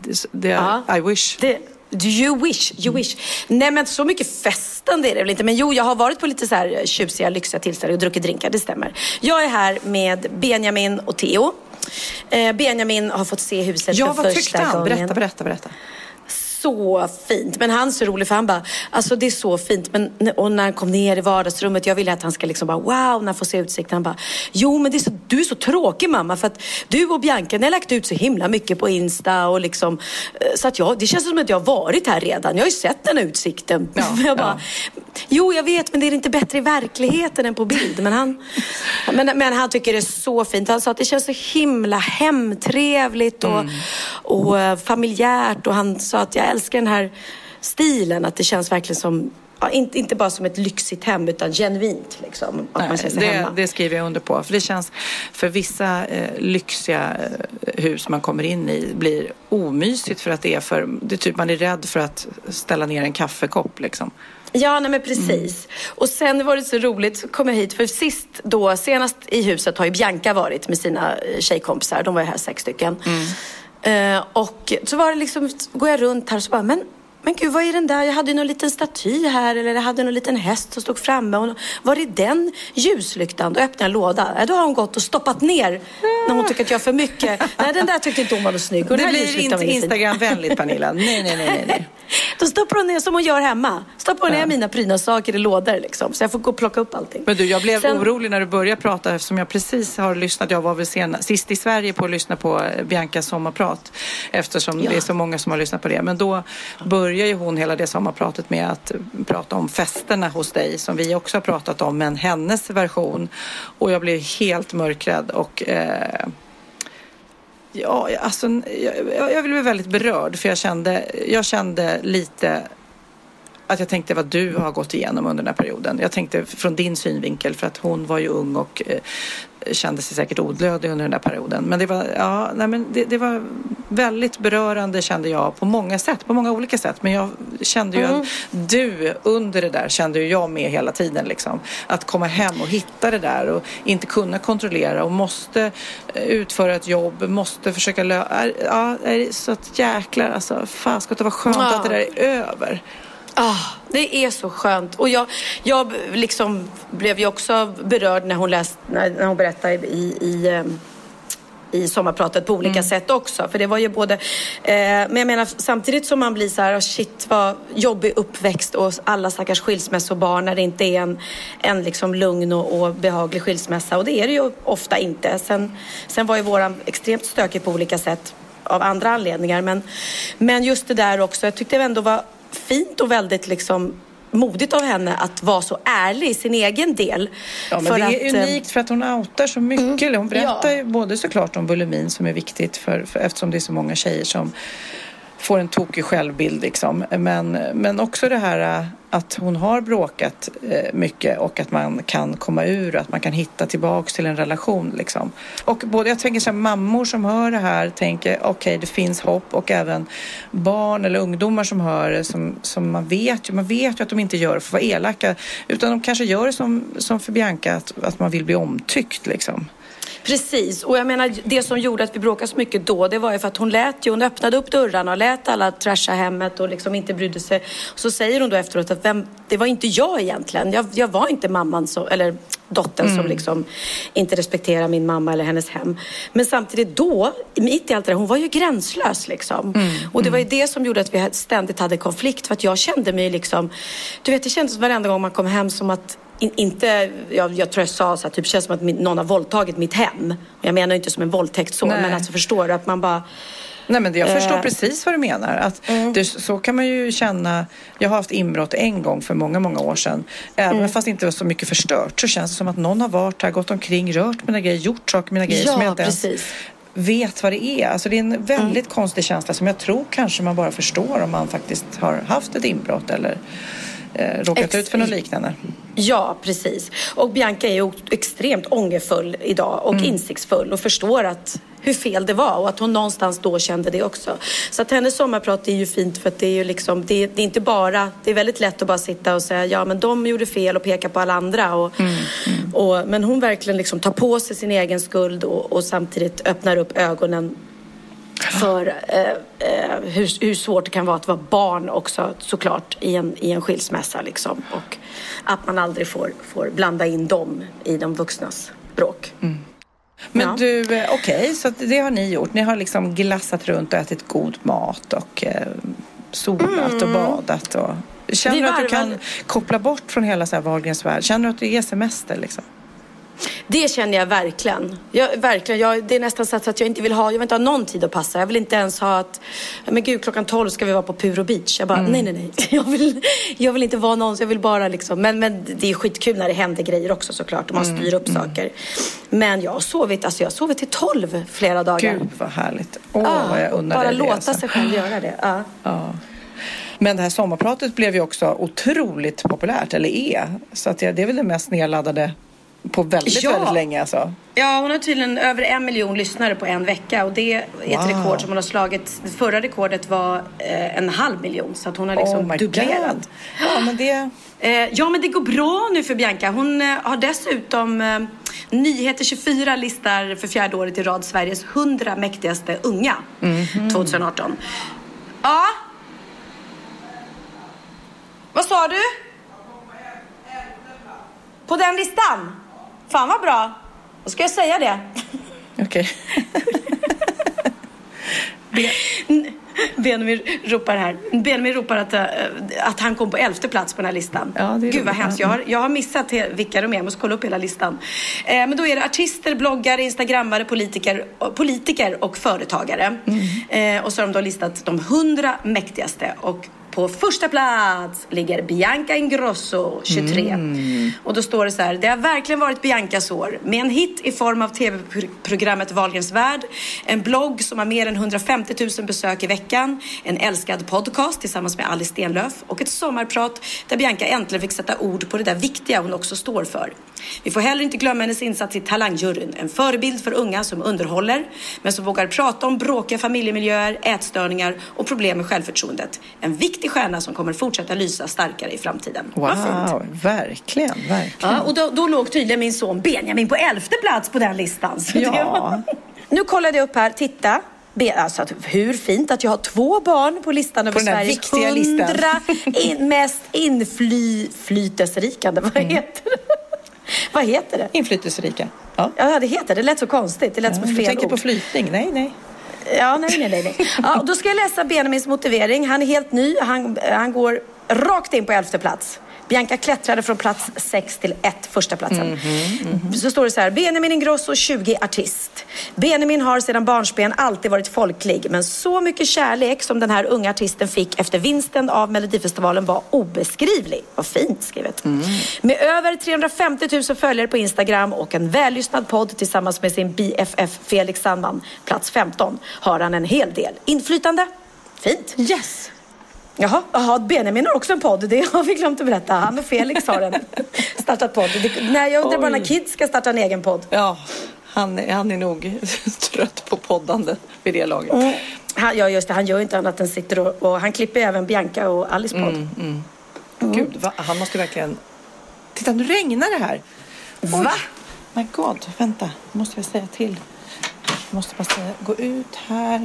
Speaker 1: I wish.
Speaker 2: You wish. Nej men så mycket festande är det väl inte. Men jag har varit på lite så här tjusiga, lyxiga tillställningar och druckit drinkar, det stämmer. Jag är här med Benjamin och Theo. Benjamin har fått se huset för första gången. Berätta. Så fint, men han är så rolig för han bara, alltså det är så fint, men och när han kom ner i vardagsrummet, jag ville att han ska liksom bara wow, när han får se utsikten, han bara, jo men du är så tråkig mamma, för att du och Bianca, ni har lagt ut så himla mycket på Insta och liksom, så att det känns som att jag har varit här redan, jag har ju sett den här utsikten. Jag bara, jo jag vet, men det är inte bättre i verkligheten än på bild, men han tycker det är så fint, han sa att det känns så himla hemtrevligt och familjärt, och han sa att jag älskar den här stilen, att det känns verkligen som inte bara som ett lyxigt hem utan genuint liksom, att man känner sig hemma.
Speaker 1: Det skriver jag under på, för det känns för vissa lyxiga hus man kommer in i blir omysigt för att det är typ man är rädd för att ställa ner en kaffekopp liksom.
Speaker 2: Ja, nej men precis. Och sen var det så roligt, så kom jag hit för senast i huset har ju Bianca varit med sina tjejkompisar, de var ju här 6 stycken. Och så var det liksom, går jag runt här och så bara, men gud, vad är den där? Jag hade ju någon liten staty här, eller jag hade någon liten häst som stod framme, och var är den ljuslyktan? Då öppnade jag en låda. Då har hon gått och stoppat ner när hon tycker att jag är för mycket. Nej, den där tyckte inte hon var snygg. Och
Speaker 1: det blir inte Instagram-vänligt, Pernilla. Nej.
Speaker 2: Då stoppar hon ner som hon gör hemma. Stoppar hon ner mina prydnadssaker i lådor liksom. Så jag får gå och plocka upp allting.
Speaker 1: Men du, jag blev orolig när du började prata, eftersom jag precis har lyssnat. Jag var väl sist i Sverige på att lyssna på Biancas sommarprat, eftersom det är så många som har lyssnat på det. Men då börjar ju hon hela det sommarpratet med att prata om festerna hos dig, som vi också har pratat om, men hennes version. Och jag blev helt mörkrädd och jag blev väldigt berörd, för jag kände lite att jag tänkte vad du har gått igenom under den här perioden. Jag tänkte från din synvinkel, för att hon var ju ung och kände sig säkert odlödig under den här perioden. Men det var väldigt berörande, kände jag, på många olika sätt. Men jag kände ju att du under det där kände ju jag med hela tiden liksom. Att komma hem och hitta det där och inte kunna kontrollera och måste utföra ett jobb, måste försöka så att jäklar, alltså fan, ska det vara skönt att det där är över.
Speaker 2: Det är så skönt. Och jag liksom blev ju också berörd när hon berättade i sommarpratet på olika sätt också. För det var ju både... men jag menar, samtidigt som man blir så här, shit vad jobbig uppväxt och alla stackars skilsmässobarn när det inte är en liksom lugn och behaglig skilsmässa. Och det är det ju ofta inte. Sen var ju våran extremt stökig på olika sätt av andra anledningar. Men just det där också, jag tyckte det ändå var fint och väldigt liksom modigt av henne att vara så ärlig i sin egen del.
Speaker 1: Ja, men det är unikt för att hon outar så mycket. Hon berättar ju både såklart om bulimin som är viktigt för eftersom det är så många tjejer som får en tokig självbild liksom. Men också det här att hon har bråkat mycket och att man kan komma ur, att man kan hitta tillbaks till en relation liksom. Och både jag tänker så här, mammor som hör det här tänker okej, det finns hopp, och även barn eller ungdomar som hör det som man vet ju att de inte gör det för att vara elaka, utan de kanske gör det som för Bianca att man vill bli omtyckt liksom.
Speaker 2: Precis, och jag menar det som gjorde att vi bråkade så mycket då, det var ju för att hon öppnade upp dörrarna och lät alla trasha hemmet och liksom inte brydde sig. Så säger hon då efteråt att det var inte jag egentligen. Jag var inte mamman eller dottern som liksom inte respekterar min mamma eller hennes hem. Men samtidigt då, mitt i allt det där, hon var ju gränslös liksom. Och det var ju det som gjorde att vi ständigt hade konflikt, för att jag kände mig liksom, du vet, det kändes varenda gång man kom hem som att jag tror jag sa så här, typ känns som att någon har våldtagit mitt hem. Jag menar inte som en våldtäkt så, men alltså förstår du att man bara...
Speaker 1: Nej, men jag förstår precis vad du menar. Att så kan man ju känna. Jag har haft inbrott en gång för många, många år sedan. Även fast det inte var så mycket förstört, så känns det som att någon har varit här, gått omkring, rört mina grejer, gjort saker med mina grejer som jag inte ens vet vad det är. Alltså det är en väldigt konstig känsla som jag tror kanske man bara förstår om man faktiskt har haft ett inbrott eller råkat ut för något liknande.
Speaker 2: Ja, precis. Och Bianca är ju extremt ångerfull idag och insiktsfull och förstår hur fel det var och att hon någonstans då kände det också. Så att hennes sommarprat är ju fint, för att det är ju liksom, det är inte bara, det är väldigt lätt att bara sitta och säga ja men de gjorde fel och peka på alla andra men hon verkligen liksom tar på sig sin egen skuld och samtidigt öppnar upp ögonen för hur svårt det kan vara att vara barn också, såklart, i en skilsmässa liksom. Och att man aldrig får blanda in dem i de vuxnas bråk.
Speaker 1: Men du, okej, så det har ni gjort. Ni har liksom glassat runt och ätit god mat och solat och badat. Och... Känner du att du kan koppla bort från hela så här Wahlgrens värld? Känner du att det är semester liksom?
Speaker 2: Det känner jag verkligen. Det är nästan så att jag inte vill ha någon tid att passa. Jag vill inte ens ha men gud, 12 ska vi vara på Puro Beach. Jag bara, nej. Jag vill inte vara någon, så jag vill bara liksom. Men det är skitkul när det händer grejer också såklart. Och man styr upp saker. Men jag har sovit till 12 flera dagar.
Speaker 1: Gud, vad härligt. Vad jag undrar
Speaker 2: bara
Speaker 1: det.
Speaker 2: Låta
Speaker 1: alltså.
Speaker 2: sig själv göra det.
Speaker 1: Ja. Men det här sommarpratet blev ju också otroligt populärt, eller är. Så att det är väl det mest nedladdade på väldigt länge alltså. Ja,
Speaker 2: hon har tydligen över 1 miljon lyssnare på en vecka, och det är ett rekord som hon har slagit. Det förra rekordet var 500 000, så att hon har liksom dubblerat.
Speaker 1: Ja, men
Speaker 2: det går bra nu för Bianca. Hon har dessutom Nyheter 24 listar för 4:e året i rad Sveriges 100 mäktigaste unga 2018. Ja. Vad sa du? På den listan? Fan vad bra. Då ska jag säga det.
Speaker 1: Okej.
Speaker 2: Benjamin ropar att han kom på 11:e plats på den här listan.
Speaker 1: Ja,
Speaker 2: gud vad hemskt. Jag har missat vilka de är. Jag måste kolla upp hela listan. Men då är det artister, bloggare, instagrammare, politiker och företagare. Och så har de då listat de 100 mäktigaste. Och på första plats ligger Bianca Ingrosso, 23. Och då står det så här: det har verkligen varit Biancas år. Med en hit i form av tv-programmet Wahlgrens värld, en blogg som har mer än 150 000 besök i veckan, en älskad podcast tillsammans med Alice Stenlöf och ett sommarprat där Bianca äntligen fick sätta ord på det där viktiga hon också står för. Vi får heller inte glömma hennes insats i Talangjuryn, en förebild för unga som underhåller men som vågar prata om bråkiga familjemiljöer, ätstörningar och problem med självförtroendet. En viktig stjärna som kommer fortsätta lysa starkare i framtiden.
Speaker 1: Wow, verkligen.
Speaker 2: Ja, och då låg tydligen min son Benjamin på 11:e plats på den listan. Så
Speaker 1: ja.
Speaker 2: Nu kollade jag upp här, titta. Alltså, hur fint att jag har 2 barn på listan över Sveriges 100 mest inflytelserikande. Vad heter det? Vad heter det?
Speaker 1: Inflytelserika. Ja,
Speaker 2: Ja, det heter det. Det lät så konstigt. Det lät som ett
Speaker 1: du
Speaker 2: fel
Speaker 1: tänker
Speaker 2: ord.
Speaker 1: på flytning? Nej.
Speaker 2: Ja, nej. Ja, och då ska jag läsa Benjamins motivering. Han är helt ny. Han går rakt in på 11:e plats. Bianca klättrade från plats 6 till 1, första platsen. Så står det så här: Benjamin Ingrosso, 20, artist. Benjamin har sedan barnsben alltid varit folklig, men så mycket kärlek som den här unga artisten fick efter vinsten av Melodifestivalen var obeskrivlig. Vad fint skrivet. Med över 350 000 följare på Instagram och en vällyssnad podd tillsammans med sin BFF Felix Sandman, plats 15, har han en hel del inflytande. Fint.
Speaker 1: Yes.
Speaker 2: Jaha, Benjamin har också en podd. Det har vi glömt att berätta. Han och Felix har en startat podd. Jag undrar bara när Kids ska starta en egen podd.
Speaker 1: Ja, han är nog trött på poddande vid det laget.
Speaker 2: Ja, just det. Han gör inte annat än sitter och han klipper även Bianca och Alice podd.
Speaker 1: Gud, han måste verkligen... Titta, nu regnar det här.
Speaker 2: Va?
Speaker 1: My God, vänta. Måste jag säga till. Jag måste bara säga, gå ut här.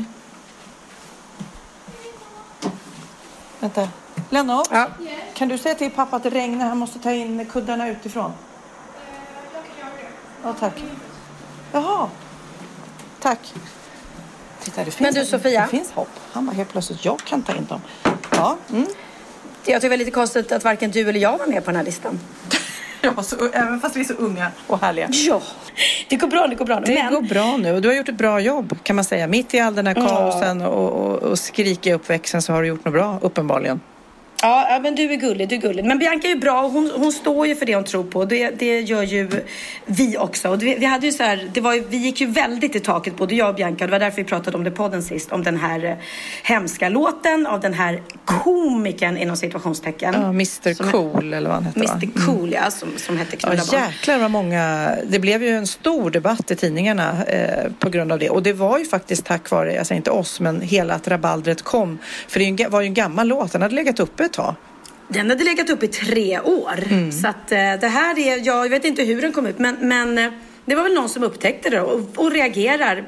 Speaker 1: Vänta. Lennart, kan du säga till pappa att det regnar? Han måste ta in kuddarna utifrån.
Speaker 7: Jag kan göra det.
Speaker 1: Ja, tack. Jaha. Tack. Titta, det finns,
Speaker 2: Men du, Sofia?
Speaker 1: Det finns hopp. Han var helt plötsligt, jag kan ta in dem. Ja.
Speaker 2: Jag tycker det var lite konstigt att varken du eller jag var med på den här listan.
Speaker 1: Ja, även fast vi är så unga och härliga.
Speaker 2: Ja, det går bra nu.
Speaker 1: Det går bra nu och du har gjort ett bra jobb, kan man säga. Mitt i all den här kaosen och skrika uppväxten så har du gjort något bra, uppenbarligen.
Speaker 2: Ja, men du är gullig. Men Bianca är ju bra och hon står ju för det hon tror på. Det gör ju vi också. Och vi hade ju så här, vi gick ju väldigt i taket, både jag och Bianca. Det var därför vi pratade om det podden sist. Om den här hemska låten av den här komikern inom situationstecken.
Speaker 1: Ja, Mr Cool eller vad han hette,
Speaker 2: Mr Cool, ja, som hette Knulla barn.
Speaker 1: Jäklar vad många. Det blev ju en stor debatt i tidningarna på grund av det. Och det var ju faktiskt tack vare, alltså inte oss, men hela att rabaldret kom. För det var ju en gammal låt, den hade legat uppe ett tag.
Speaker 2: Den hade legat upp i 3 år. Så att det här är, jag vet inte hur den kom ut, men det var väl någon som upptäckte det och reagerar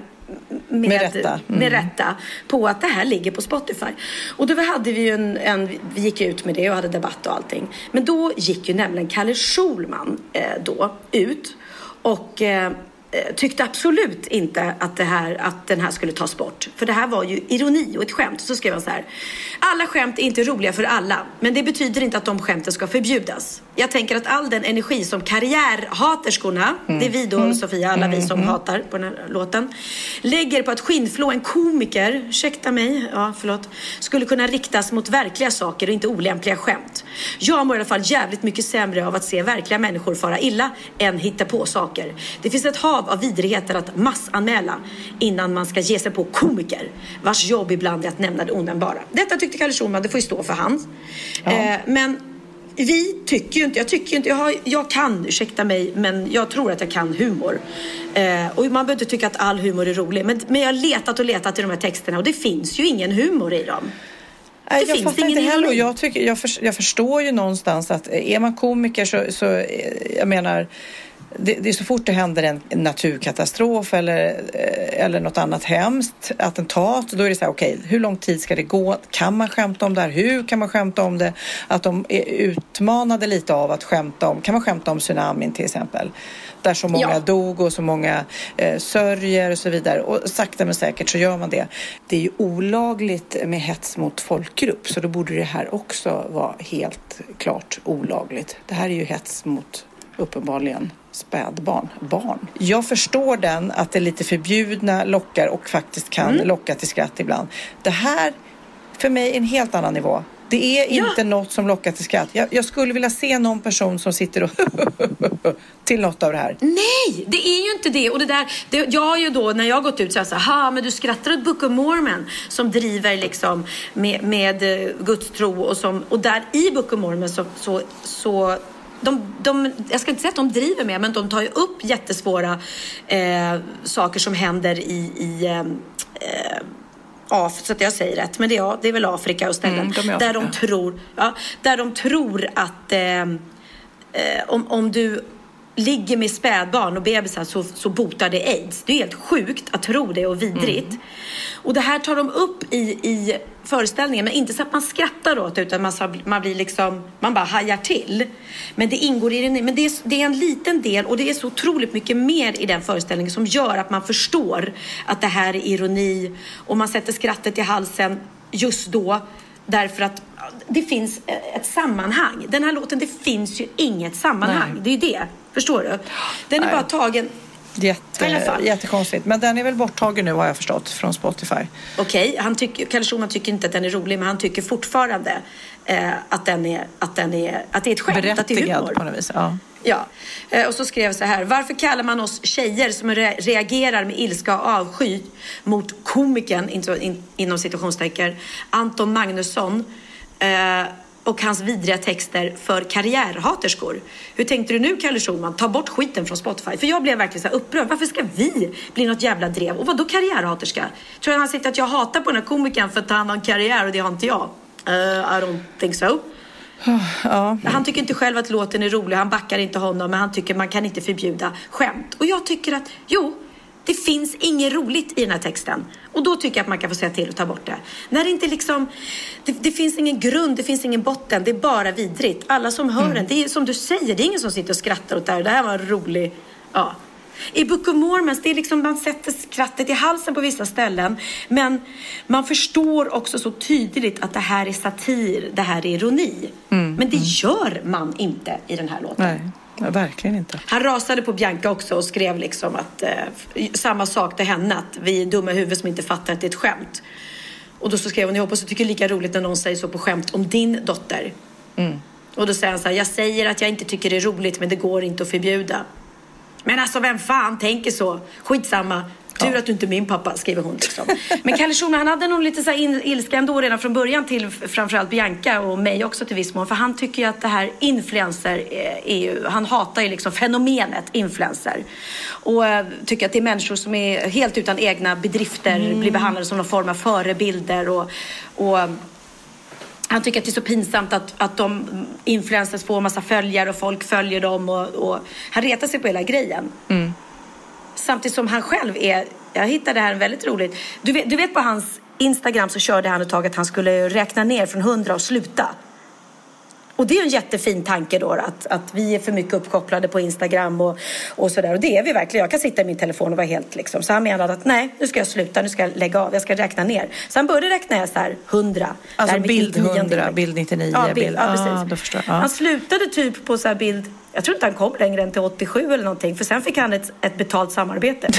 Speaker 2: med rätta på att det här ligger på Spotify. Och då hade vi ju vi gick ut med det och hade debatt och allting. Men då gick ju nämligen Kalle Schulman då ut och tyckte absolut inte att den här skulle tas bort. För det här var ju ironi och ett skämt. Så skrev han så här: alla skämt är inte roliga för alla, men det betyder inte att de skämten ska förbjudas. Jag tänker att all den energi som karriärhaterskorna, det är vi då, Sofia, alla vi som hatar på den här låten, lägger på att skinnflå en komiker, ursäkta mig, skulle kunna riktas mot verkliga saker och inte olämpliga skämt. Jag mår i alla fall jävligt mycket sämre av att se verkliga människor fara illa än hitta på saker. Det finns ett hav av vidrigheter att massanmäla innan man ska ge sig på komiker vars jobb ibland är att nämna det onämnbara. Detta tyckte Kalle Schulman, det får ju stå för han. Men vi tycker ju inte, jag kan, ursäkta mig, men jag tror att jag kan humor. Och man behöver inte tycka att all humor är rolig, men jag har letat i de här texterna och det finns ju ingen humor i dem.
Speaker 1: Jag fattar inte heller. Jag förstår ju någonstans att är man komiker så jag menar, det är så fort det händer en naturkatastrof eller något annat hemskt, attentat, då är det så här, okej, hur lång tid ska det gå? Kan man skämta om det här? Hur kan man skämta om det? Att de är utmanade lite av att skämta om, kan man skämta om tsunamin till exempel? Där så många dog och så många sörjer och så vidare. Och sakta men säkert så gör man det. Det är ju olagligt med hets mot folkgrupp, så då borde det här också vara helt klart olagligt. Det här är ju hets mot uppenbarligen barn. Jag förstår att det är lite förbjudna lockar och faktiskt kan locka till skratt ibland. Det här för mig är en helt annan nivå. Det är inte något som lockar till skratt. Jag skulle vilja se någon person som sitter och till något av det här.
Speaker 2: Nej, det är ju inte det. Och jag har ju då, när jag har gått ut så här, men du skrattar åt Book of Mormon som driver liksom med Guds tro och där i Book of Mormon så jag ska inte säga att de driver med, men de tar ju upp jättesvåra saker som händer i så att jag säger rätt, men det är väl Afrika och ställen där de tror att om du ligger med spädbarn och bebisar så botar det aids. Det är helt sjukt att tro det och vidrigt. Och det här tar de upp i föreställningen, men inte så att man skrattar åt det, utan man blir liksom, man bara hajar till. Men det ingår i den, men det är en liten del, och det är så otroligt mycket mer i den föreställningen som gör att man förstår att det här är ironi, och man sätter skrattet i halsen just då därför att det finns ett sammanhang. Den här låten, det finns ju inget sammanhang. Nej. Det är ju det, förstår du? Den är bara tagen.
Speaker 1: Jättekonstigt. Men den är väl borttagen nu, har jag förstått, från Spotify.
Speaker 2: Okej, Kalle Schulman tycker inte att den är rolig, men han tycker fortfarande att det är ett skämt,
Speaker 1: berättigad,
Speaker 2: att det är humor.
Speaker 1: På något vis,
Speaker 2: ja. Och så skrev jag så här: varför kallar man oss tjejer som reagerar med ilska och avsky mot komikern inom situationstecken Anton Magnusson och hans vidriga texter för karriärhaterskor? Hur tänkte du nu, Kalle Schulman? Ta bort skiten från Spotify. För jag blev verkligen så här upprörd. Varför ska vi bli något jävla drev? Och vad då karriärhaterska? Tror jag han sagt att jag hatar på den här komikern för att han har en karriär, och det har inte jag? I don't think so.
Speaker 1: Ja.
Speaker 2: Han tycker inte själv att låten är rolig. Han backar inte honom, men han tycker man kan inte förbjuda skämt. Och jag tycker att, det finns inget roligt i den här texten. Och då tycker jag att man kan få säga till och ta bort det. När det inte liksom, det finns ingen grund, det finns ingen botten. Det är bara vidrigt. Alla som hör den, det är som du säger, det är ingen som sitter och skrattar åt det här. Det här var rolig, I Book of Mormons, det är liksom, man sätter skrattet i halsen på vissa ställen. Men man förstår också så tydligt att det här är satir, det här är ironi. Men det gör man inte i den här låten.
Speaker 1: Nej. Ja, verkligen inte.
Speaker 2: Han rasade på Bianca också och skrev liksom att samma sak till henne, att vi är dumma huvud som inte fattar att det är ett skämt. Och då så skrev hon: jag hoppas du tycker lika roligt när någon säger så på skämt om din dotter. Och då säger han så här: jag säger att jag inte tycker det är roligt, men det går inte att förbjuda. Men alltså, vem fan tänker så? Skitsamma. Tur att du inte är min pappa, skriver hon liksom. Men Kalle Schulman, han hade nog lite så här ilska ändå redan från början till framförallt Bianca och mig också till viss mån. För han tycker ju att det här influencer är ju, han hatar ju liksom fenomenet influencer. Och tycker att det är människor som är helt utan egna bedrifter, blir behandlade som någon form av förebilder. Och han tycker att det är så pinsamt att de influencers får en massa följare och folk följer dem. Och han retar sig på hela grejen. Samtidigt som han själv jag hittade det här väldigt roligt. Du vet på hans Instagram så körde han ett tag att han skulle räkna ner från 100 och sluta. Och det är en jättefin tanke då, att vi är för mycket uppkopplade på Instagram och sådär. Och det är vi verkligen. Jag kan sitta i min telefon och vara helt liksom. Så han menade att nej, nu ska jag sluta, nu ska jag lägga av, jag ska räkna ner. Så han började räkna så här 100.
Speaker 1: Alltså bild 100, bild 99.
Speaker 2: Ja, precis.
Speaker 1: Då förstår jag.
Speaker 2: Han slutade typ på så här bild, jag tror inte han kom längre än till 87 eller någonting. För sen fick han ett betalt samarbete.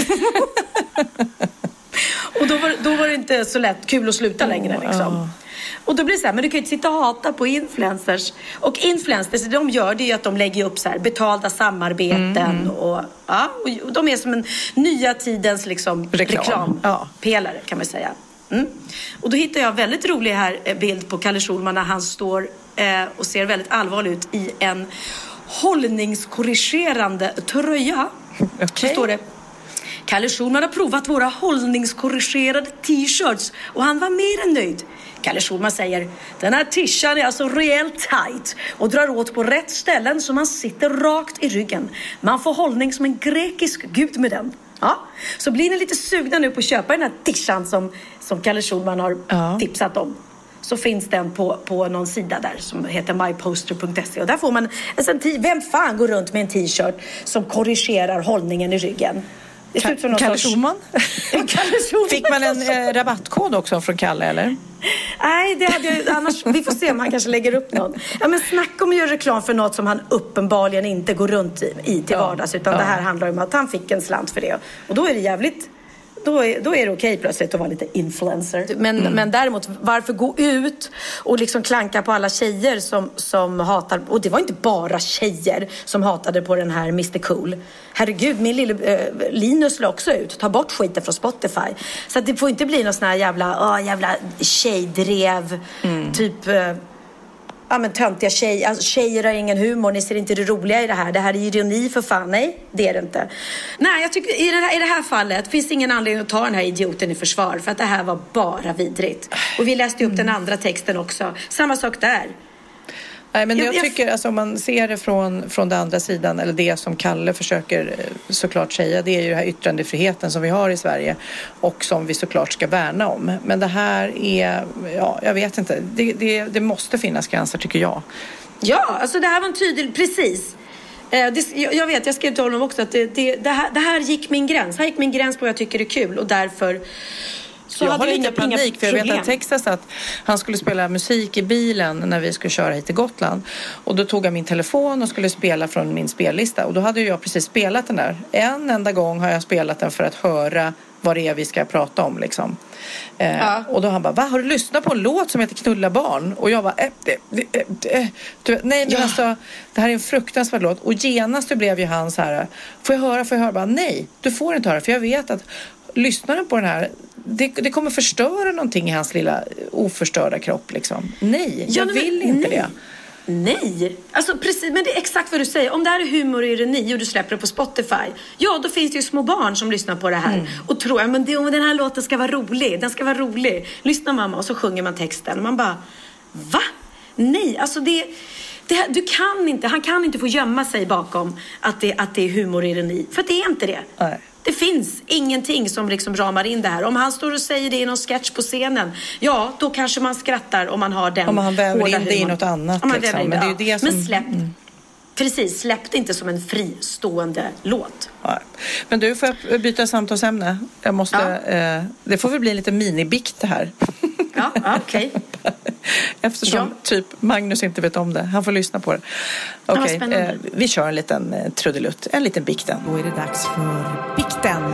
Speaker 2: Och då var det inte så lätt kul att sluta längre liksom. Och då blir det så här, men du kan ju inte sitta och hata på influencers. Och influencers, de gör det ju att de lägger upp så här betalda samarbeten och de är som en nya tidens liksom reklampelare kan man säga. Och då hittar jag en väldigt rolig här bild på Kalle Schulman när han står och ser väldigt allvarlig ut i en hållningskorrigerande tröja. Så står det: Kalle Schulman har provat våra hållningskorrigerade t-shirts och han var mer än nöjd. Kalle Schulman säger: den här t-shirten är alltså rejält tight och drar åt på rätt ställen så man sitter rakt i ryggen. Man får hållning som en grekisk gud med den. Ja, så blir ni lite sugna nu på att köpa den här t-shirten som Kalle Schulman har tipsat om. Så finns den på någon sida där som heter myposter.se. Och där får man vem fan går runt med en t-shirt som korrigerar hållningen i ryggen?
Speaker 1: Kalle Schulman? Fick man en rabattkod också från Kalle, eller?
Speaker 2: Nej, det hade jag annars. Vi får se om han kanske lägger upp något. Ja, men snacka om att göra reklam för något som han uppenbarligen inte går runt i till vardags. Utan det här handlar om att han fick en slant för det. Och då är det jävligt... Då är det okej plötsligt att vara lite influencer. Men däremot, varför gå ut och liksom klanka på alla tjejer som hatar... Och det var inte bara tjejer som hatade på den här Mr. Cool. Herregud, min lille Linus la också ut. Ta bort skiten från Spotify. Så att det får inte bli någon sån här jävla tjejdrev. Typ... Ja, men töntiga tjejer har ingen humor. Ni ser inte det roliga i det här. Det här är ironi för fan. Nej, det är det inte. Nej, jag tycker i det här fallet finns ingen anledning att ta den här idioten i försvar. För att det här var bara vidrigt. Och vi läste upp den andra texten också. Samma sak där.
Speaker 1: Nej, men jag tycker alltså, om man ser det från den andra sidan, eller det som Kalle försöker såklart säga, det är ju den här yttrandefriheten som vi har i Sverige och som vi såklart ska värna om. Men det här är, ja, jag vet inte, det måste finnas gränser tycker jag.
Speaker 2: Ja, alltså det här var en tydlig, precis. Jag vet, jag skrev till honom också att det här gick min gräns. Här gick min gräns på vad jag tycker är kul och därför så
Speaker 1: jag
Speaker 2: hade
Speaker 1: har
Speaker 2: jag
Speaker 1: lite panik för jag vet att Texas att han skulle spela musik i bilen när vi skulle köra hit till Gotland och då tog jag min telefon och skulle spela från min spellista och då hade jag precis spelat den där. En enda gång har jag spelat den för att höra vad det är vi ska prata om liksom. Och då han bara, har du lyssnat på en låt som heter Knulla barn? Och jag bara, nej men alltså det här är en fruktansvärd låt och genast blev ju han så här, får jag höra? Bara, nej, du får inte höra för jag vet att lyssnaren på den här det kommer förstöra någonting i hans lilla oförstörda kropp liksom. Nej, jag vill inte det.
Speaker 2: Nej, alltså precis, men det är exakt vad du säger. Om det här är humor och ironi och du släpper det på Spotify, ja då finns det ju små barn som lyssnar på det här och tror att den här låten ska vara rolig, den ska vara rolig. Lyssna mamma och så sjunger man texten och man bara, va? Nej, alltså han kan inte få gömma sig bakom att det är humor och ironi, för att det är inte det.
Speaker 1: Nej.
Speaker 2: Det finns ingenting som liksom ramar in det här. Om han står och säger det i någon sketch på scenen, ja, då kanske man skrattar om man har den.
Speaker 1: Om han väver in det i något annat. Liksom. Men det är ju det som...
Speaker 2: Men släpp det inte som en fristående låt.
Speaker 1: Ja. Men du, får jag byta samtalsämne? Jag måste... det får väl bli lite minibikt det här.
Speaker 2: Ja, okej.
Speaker 1: Eftersom typ Magnus inte vet om det. Han får lyssna på det. Okej, vi kör en liten trudelutt. En liten bikten. Då är det dags för bikten.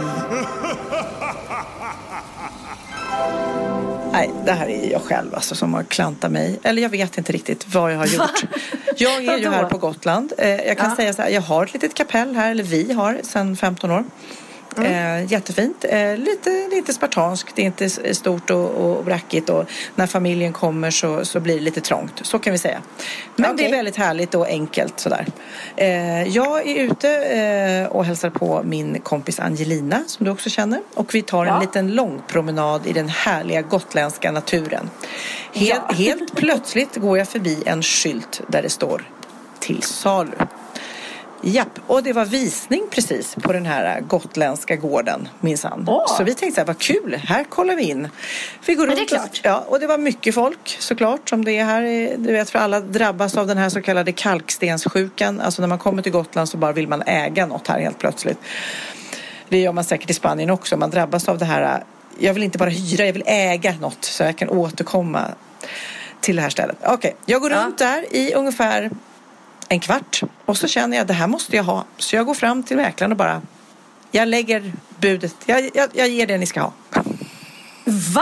Speaker 1: Nej, det här är jag själv alltså, som har klantat mig. Eller jag vet inte riktigt vad jag har gjort. Jag är ju här på Gotland. Jag kan säga så här, jag har ett litet kapell här. Eller vi har sedan 15 år. Jättefint. Lite spartanskt. Det är inte stort och brackigt. Och när familjen kommer så blir det lite trångt. Så kan vi säga. Men det är väldigt härligt och enkelt sådär. Jag är ute och hälsar på min kompis Angelina som du också känner. Och vi tar en liten lång promenad i den härliga gotländska naturen. Helt plötsligt går jag förbi en skylt där det står till salu. Japp, och det var visning precis på den här gotländska gården, minsann. Så vi tänkte så här, vad kul, här kollar vi in. Vi går runt och det var mycket folk såklart som det är här. Du vet, för alla drabbas av den här så kallade kalkstenssjukan. Alltså när man kommer till Gotland så bara vill man äga något här helt plötsligt. Det gör man säkert i Spanien också. Man drabbas av det här, jag vill inte bara hyra, jag vill äga något så jag kan återkomma till det här stället. Okej, jag går runt där i ungefär en kvart och så känner jag att det här måste jag ha. Så jag går fram till mäklaren och bara, jag lägger budet, jag ger det ni ska ha.
Speaker 2: Va?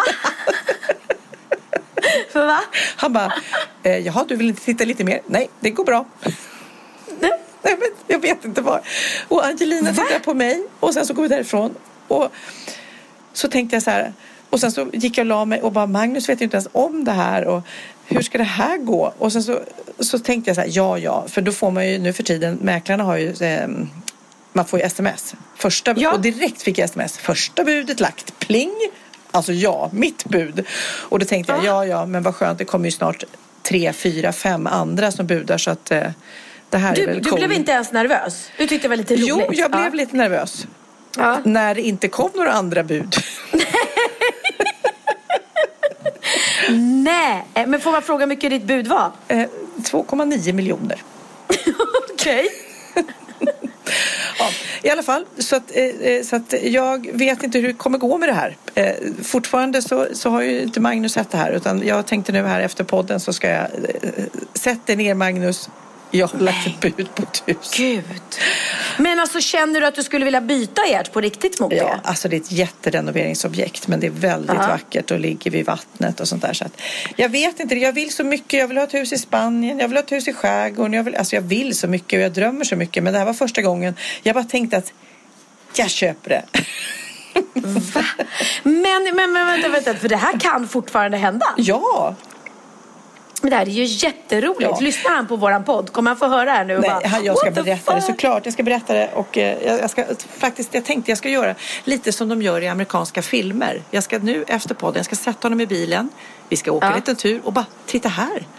Speaker 2: För va?
Speaker 1: Han bara, jaha, du vill inte titta lite mer? Nej, det går bra. Nej, men jag vet inte var. Och Angelina tittar på mig och sen så går vi därifrån och så tänkte jag så här, och sen så gick jag och la mig och bara, Magnus vet ju inte ens om det här och hur ska det här gå? Och sen så tänkte jag så här, ja, för då får man ju nu för tiden, mäklarna har ju, man får ju sms. Och direkt fick jag sms. Första budet lagt, pling. Alltså mitt bud. Och då tänkte jag, men vad skönt, det kommer ju snart 3, 4, 5 andra som budar så att det här är väl cool.
Speaker 2: Du blev inte ens nervös? Du tyckte det var lite roligt?
Speaker 1: Jo, jag blev lite nervös. När det inte kom några andra bud.
Speaker 2: Nej, men får man fråga hur mycket ditt bud var?
Speaker 1: 2,9 miljoner.
Speaker 2: Okej.
Speaker 1: Ja, i alla fall så att jag vet inte hur det kommer gå med det här. Fortfarande så har ju inte Magnus sett det här, utan jag tänkte nu här efter podden så ska jag sätta ner Magnus. Jag har lagt ett bud på 1000.
Speaker 2: Gud. Men alltså, känner du att du skulle vilja byta ert på riktigt mot det?
Speaker 1: Ja, alltså det är ett jätterenoveringsobjekt, men det är väldigt vackert och ligger vid vattnet och sånt där. Så att, jag vet inte, jag vill så mycket. Jag vill ha ett hus i Spanien, jag vill ha ett hus i skärgården. Jag vill så mycket och jag drömmer så mycket. Men det här var första gången jag bara tänkte att jag köper det.
Speaker 2: Va? Men vänta, för det här kan fortfarande hända.
Speaker 1: Ja.
Speaker 2: Men det här är ju jätteroligt. Ja. Lyssnar han på våran podd? Kommer han få höra här nu?
Speaker 1: Nej, jag ska berätta det såklart. Jag ska berätta det och jag tänkte jag ska göra lite som de gör i amerikanska filmer. Jag ska nu efter podden, jag ska sätta honom i bilen. Vi ska åka en liten tur och bara, titta här.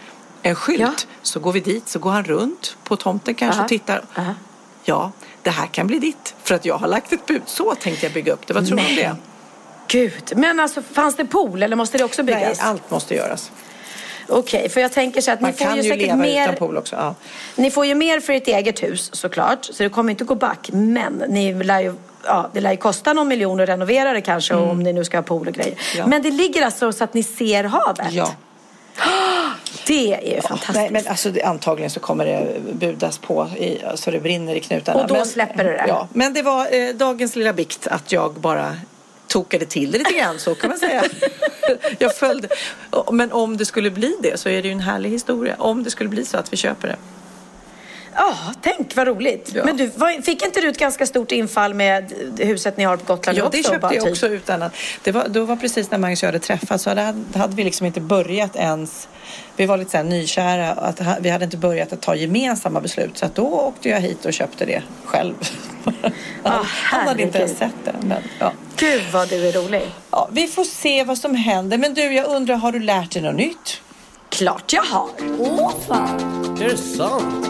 Speaker 1: en skylt.
Speaker 2: Ja.
Speaker 1: Så går vi dit, så går han runt på tomten kanske och tittar. Ja, det här kan bli ditt. För att jag har lagt ett bud. Så tänkte jag bygga upp det. Vad tror du om det?
Speaker 2: Gud, men alltså fanns det pool eller måste det också byggas?
Speaker 1: Nej, allt måste göras.
Speaker 2: Okej, för jag tänker så att
Speaker 1: Man
Speaker 2: ni får
Speaker 1: kan
Speaker 2: ju
Speaker 1: ju
Speaker 2: säkert
Speaker 1: leva
Speaker 2: mer.
Speaker 1: utan pool också. Ja.
Speaker 2: Ni får ju mer för ert eget hus såklart. Så det kommer inte gå back. Men ni lär ju, det lär ju kosta någon miljon att renovera det kanske. Om ni nu ska ha pool och grejer.
Speaker 1: Ja.
Speaker 2: Men det ligger alltså så att ni ser havet.
Speaker 1: Ja.
Speaker 2: Det är ju fantastiskt.
Speaker 1: Nej, men alltså antagligen så kommer det budas på så det brinner i knutarna.
Speaker 2: Och då släpper du det.
Speaker 1: Ja, men det var dagens lilla bikt att jag bara tokade till det lite grann, så kan man säga. Jag följde. Men om det skulle bli det så är det ju en härlig historia. Om det skulle bli så att vi köper det.
Speaker 2: Ja, tänk vad roligt.
Speaker 1: Ja.
Speaker 2: Men fick inte du ett ganska stort infall med huset ni har på Gotland?
Speaker 1: Ja,
Speaker 2: också,
Speaker 1: det köpte
Speaker 2: bara
Speaker 1: jag också utan att... Då var precis när Magnus och jag hade träffats, så hade vi liksom inte börjat ens... Vi var lite så här nykära, att vi hade inte börjat att ta gemensamma beslut. Så att då åkte jag hit och köpte det själv. Han hade inte ens sett det. Men, ja.
Speaker 2: Gud vad du är rolig.
Speaker 1: Ja, vi får se vad som händer. Men du, jag undrar, har du lärt dig något nytt?
Speaker 2: Klart jag har.
Speaker 8: Åh fan.
Speaker 4: Är det sant?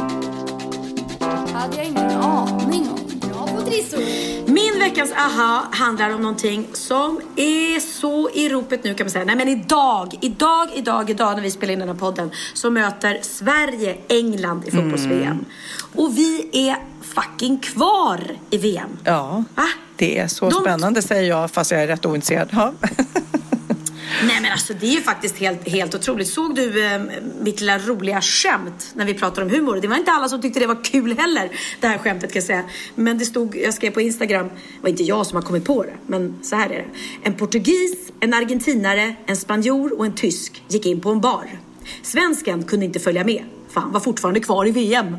Speaker 8: Hade jag ingen aning om. Bra på trissor.
Speaker 2: Min veckans aha handlar om någonting som är så i ropet nu kan man säga. Nej men idag när vi spelar in den här podden så möter Sverige England i fotbolls-VM. Och vi är fucking kvar i VM.
Speaker 1: Ja, det är så spännande säger jag fast jag är rätt ointresserad. Ja.
Speaker 2: Nej men alltså det är ju faktiskt helt otroligt. Såg du mitt lilla roliga skämt när vi pratade om humor? Det var inte alla som tyckte det var kul heller, det här skämtet kan jag säga. Men det stod, jag skrev på Instagram, det var inte jag som har kommit på det, men så här är det. En portugis, en argentinare, en spanjor och en tysk gick in på en bar. Svensken kunde inte följa med, för han var fortfarande kvar i VM.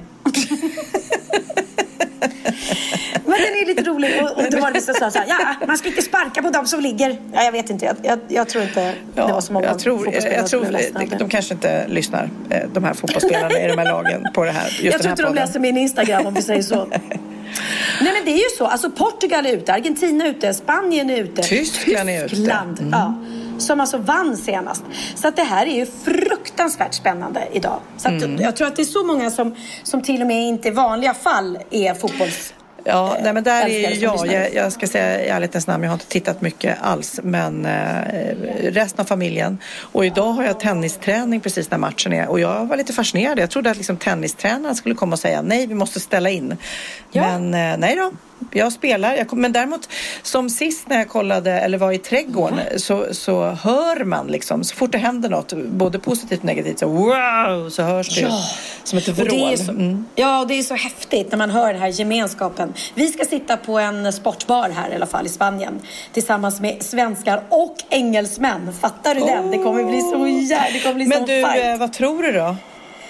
Speaker 2: Men den är lite rolig. Och då var det så här, ja, man ska inte sparka på dem som ligger. Ja, jag vet inte, jag tror inte det var så många
Speaker 1: jag tror de kanske inte lyssnar, de här fotbollsspelarna i de här lagen på det här.
Speaker 2: Jag tror inte de läser min Instagram om vi säger så. Nej men det är ju så, alltså Portugal är ute, Argentina är ute, Spanien är ute,
Speaker 1: Tyskland är ute.
Speaker 2: Ja, som alltså vann senast. Så att det här är ju fruktansvärt spännande idag. Så att jag tror att det är så många som till och med inte i vanliga fall är fotbolls...
Speaker 1: Ja, nej, men där är jag ska säga i ärlighetens namn, jag har inte tittat mycket alls, men resten av familjen. Och idag har jag tennisträning precis när matchen är, och jag var lite fascinerad. Jag trodde att liksom tennistränaren skulle komma och säga nej, vi måste ställa in. Ja. Men nej då. Jag spelar, men däremot som sist när jag kollade eller var i trädgården så hör man liksom, så fort det händer något både positivt och negativt, så wow, så hörs det som ett vrål.
Speaker 2: Ja, det är så häftigt när man hör den här gemenskapen. Vi ska sitta på en sportbar här i alla fall i Spanien tillsammans med svenskar och engelsmän. Fattar du den? Det kommer bli så jävligt, det kommer bli
Speaker 1: men
Speaker 2: så
Speaker 1: du,
Speaker 2: fight.
Speaker 1: Vad tror du då?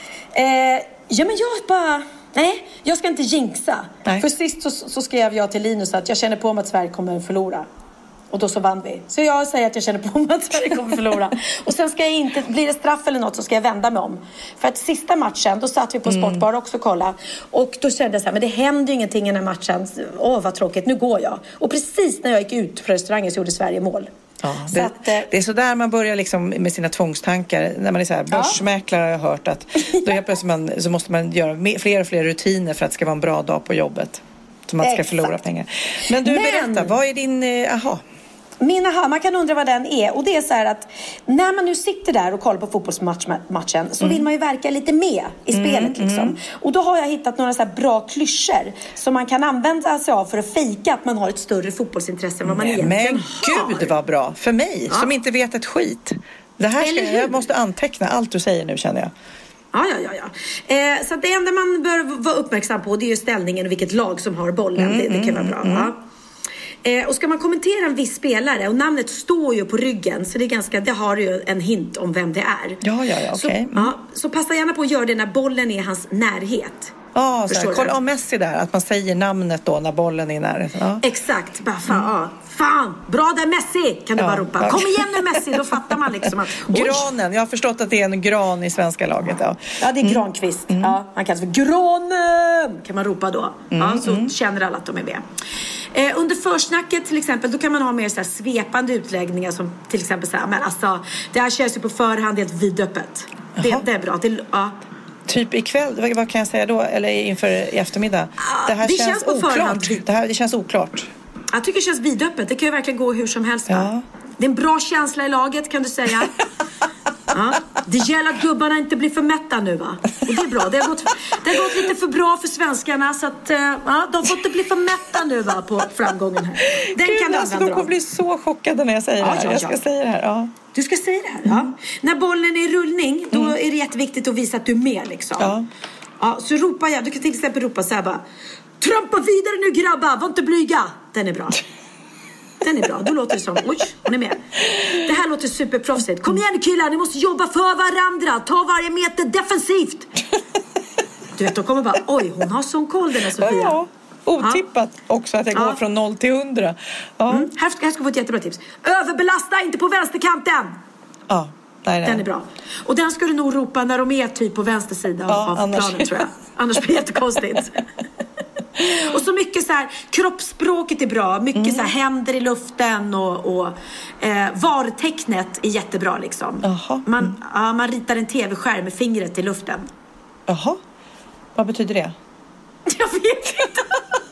Speaker 2: Ja, men jag bara... Nej, jag ska inte jinxa.
Speaker 1: Nej.
Speaker 2: För sist så skrev jag till Linus att jag känner på mig att Sverige kommer förlora. Och då så vann vi. Så jag säger att jag känner på mig att Sverige kommer förlora. Och sen ska jag inte, blir det straff eller något så ska jag vända mig om. För att sista matchen, då satt vi på sportbar också och kolla. Och då kände jag så här, men det hände ju ingenting i den här matchen. Åh, vad tråkigt, nu går jag. Och precis när jag gick ut från restaurangen så gjorde Sverige mål.
Speaker 1: Ja, det är så där man börjar liksom med sina tvångstankar. När man är så här börsmäklare har jag hört att då helt plötsligt så måste man göra fler och fler rutiner för att det ska vara en bra dag på jobbet. Så man ska förlora pengar. Men du, berätta, vad är din aha?
Speaker 2: Min aha, man kan undra vad den är. Och det är så här att när man nu sitter där och kollar på fotbollsmatchen så vill man ju verka lite med i spelet liksom. Och då har jag hittat några så här bra klyschor som man kan använda sig av för att fejka att man har ett större fotbollsintresse än vad man egentligen har.
Speaker 1: Men gud vad bra, för mig som inte vet ett skit. Det här jag måste anteckna allt du säger nu, känner jag.
Speaker 2: Ja. Så det enda man bör vara uppmärksam på, det är ju ställningen och vilket lag som har bollen. Det kan vara bra. Ja. Och ska man kommentera en viss spelare, och namnet står ju på ryggen, så det har ju en hint om vem det är.
Speaker 1: Ja, okej.
Speaker 2: Så passa gärna på att göra det när bollen är i hans närhet.
Speaker 1: Ja, kolla Messi där, att man säger namnet då när bollen är i närheten. Ja.
Speaker 2: Exakt, bara fan, bra där Messi, kan du bara ropa. Kom igen nu Messi, då fattar man liksom att...
Speaker 1: Granen, jag har förstått att det är en gran i svenska laget. Ja,
Speaker 2: det är Granqvist. Ja, han kallas för Granen, kan man ropa då. Ja, så känner alla att de är med. Under försnacket till exempel, då kan man ha mer så här svepande utläggningar som till exempel så här, men alltså, det här känns ju på förhand helt vidöppet. Det är bra.
Speaker 1: Typ ikväll, vad kan jag säga då? Eller inför i eftermiddag? Det här känns
Speaker 2: på
Speaker 1: oklart.
Speaker 2: Förhand.
Speaker 1: Det känns oklart.
Speaker 2: Jag tycker det känns vidöppet. Det kan ju verkligen gå hur som helst. Ja. Det är en bra känsla i laget, kan du säga. Ja. Det gäller att gubbarna inte blir för mätta nu, va? Och det är bra. Det har gått lite för bra för svenskarna. Så att de får inte bli för mätta nu, va, på framgången här. Den kan du använda.
Speaker 1: De kommer bli så chockade när jag säger det här. Jag ska säga det här, ja.
Speaker 2: Du ska säga det här, ja. När bollen är i rullning, då är det jätteviktigt att visa att du är med, liksom. Ja, så ropa jag. Du kan till exempel ropa så här bara: trampa vidare nu grabbar, var inte blyga. Den är bra. Då låter det som, oj, hon är med. Det här låter superproffsigt. Kom igen killar, ni måste jobba för varandra. Ta varje meter defensivt. Du vet, de kommer bara, oj, hon har sån koll, den här Sofia.
Speaker 1: Ja. Otippat också att jag går från 0 till 100. Ja.
Speaker 2: Här ska få ett jättebra tips. Överbelasta inte på vänsterkanten.
Speaker 1: Ja,
Speaker 2: den är bra. Och den ska du nog ropa när de är typ på vänster sida av planen, tror jag. Annars blir det jättekonstigt. Och så mycket så här, kroppsspråket är bra. Mycket så här, händer i luften och vartecknet är jättebra liksom. Man ritar en tv-skärm med fingret i luften.
Speaker 1: Jaha, vad betyder det?
Speaker 2: Jag vet inte.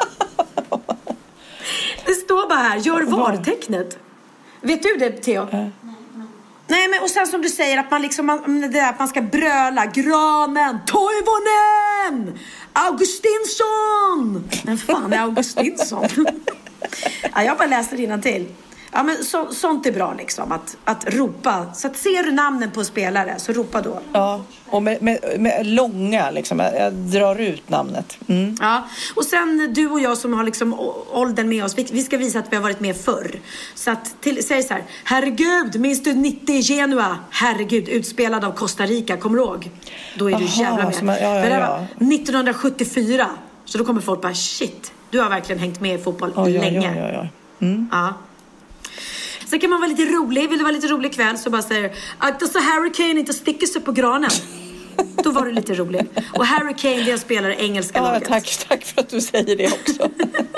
Speaker 2: Det står bara här, gör vartecknet. Vet du det, Theo? Nej, men och sen som du säger att man liksom att man ska bröla Granen, Toivonen, Augustinsson. Men fan är Augustinsson? Ja, jag bara läser innantill. Ja, men sånt är bra liksom, att ropa. Så att ser du namnen på spelare, så ropa då.
Speaker 1: Ja, och med långa liksom, jag drar ut namnet.
Speaker 2: Ja, och sen du och jag som har liksom åldern med oss, vi ska visa att vi har varit med förr. Så att säg så här: herregud, minns du 90 i Genua? Herregud, utspelad av Costa Rica, kommer du ihåg? Då är du jävla med. För det var 1974. Så då kommer folk bara, shit, du har verkligen hängt med i fotboll länge. Ja. Sen kan man vara lite rolig. Vill du vara lite rolig kväll, så bara säger att så Harry Kane inte sticker sig på Granen. Då var du lite rolig. Och Harry Kane, det är en spelare i engelska laget.
Speaker 1: Tack för att du säger det också.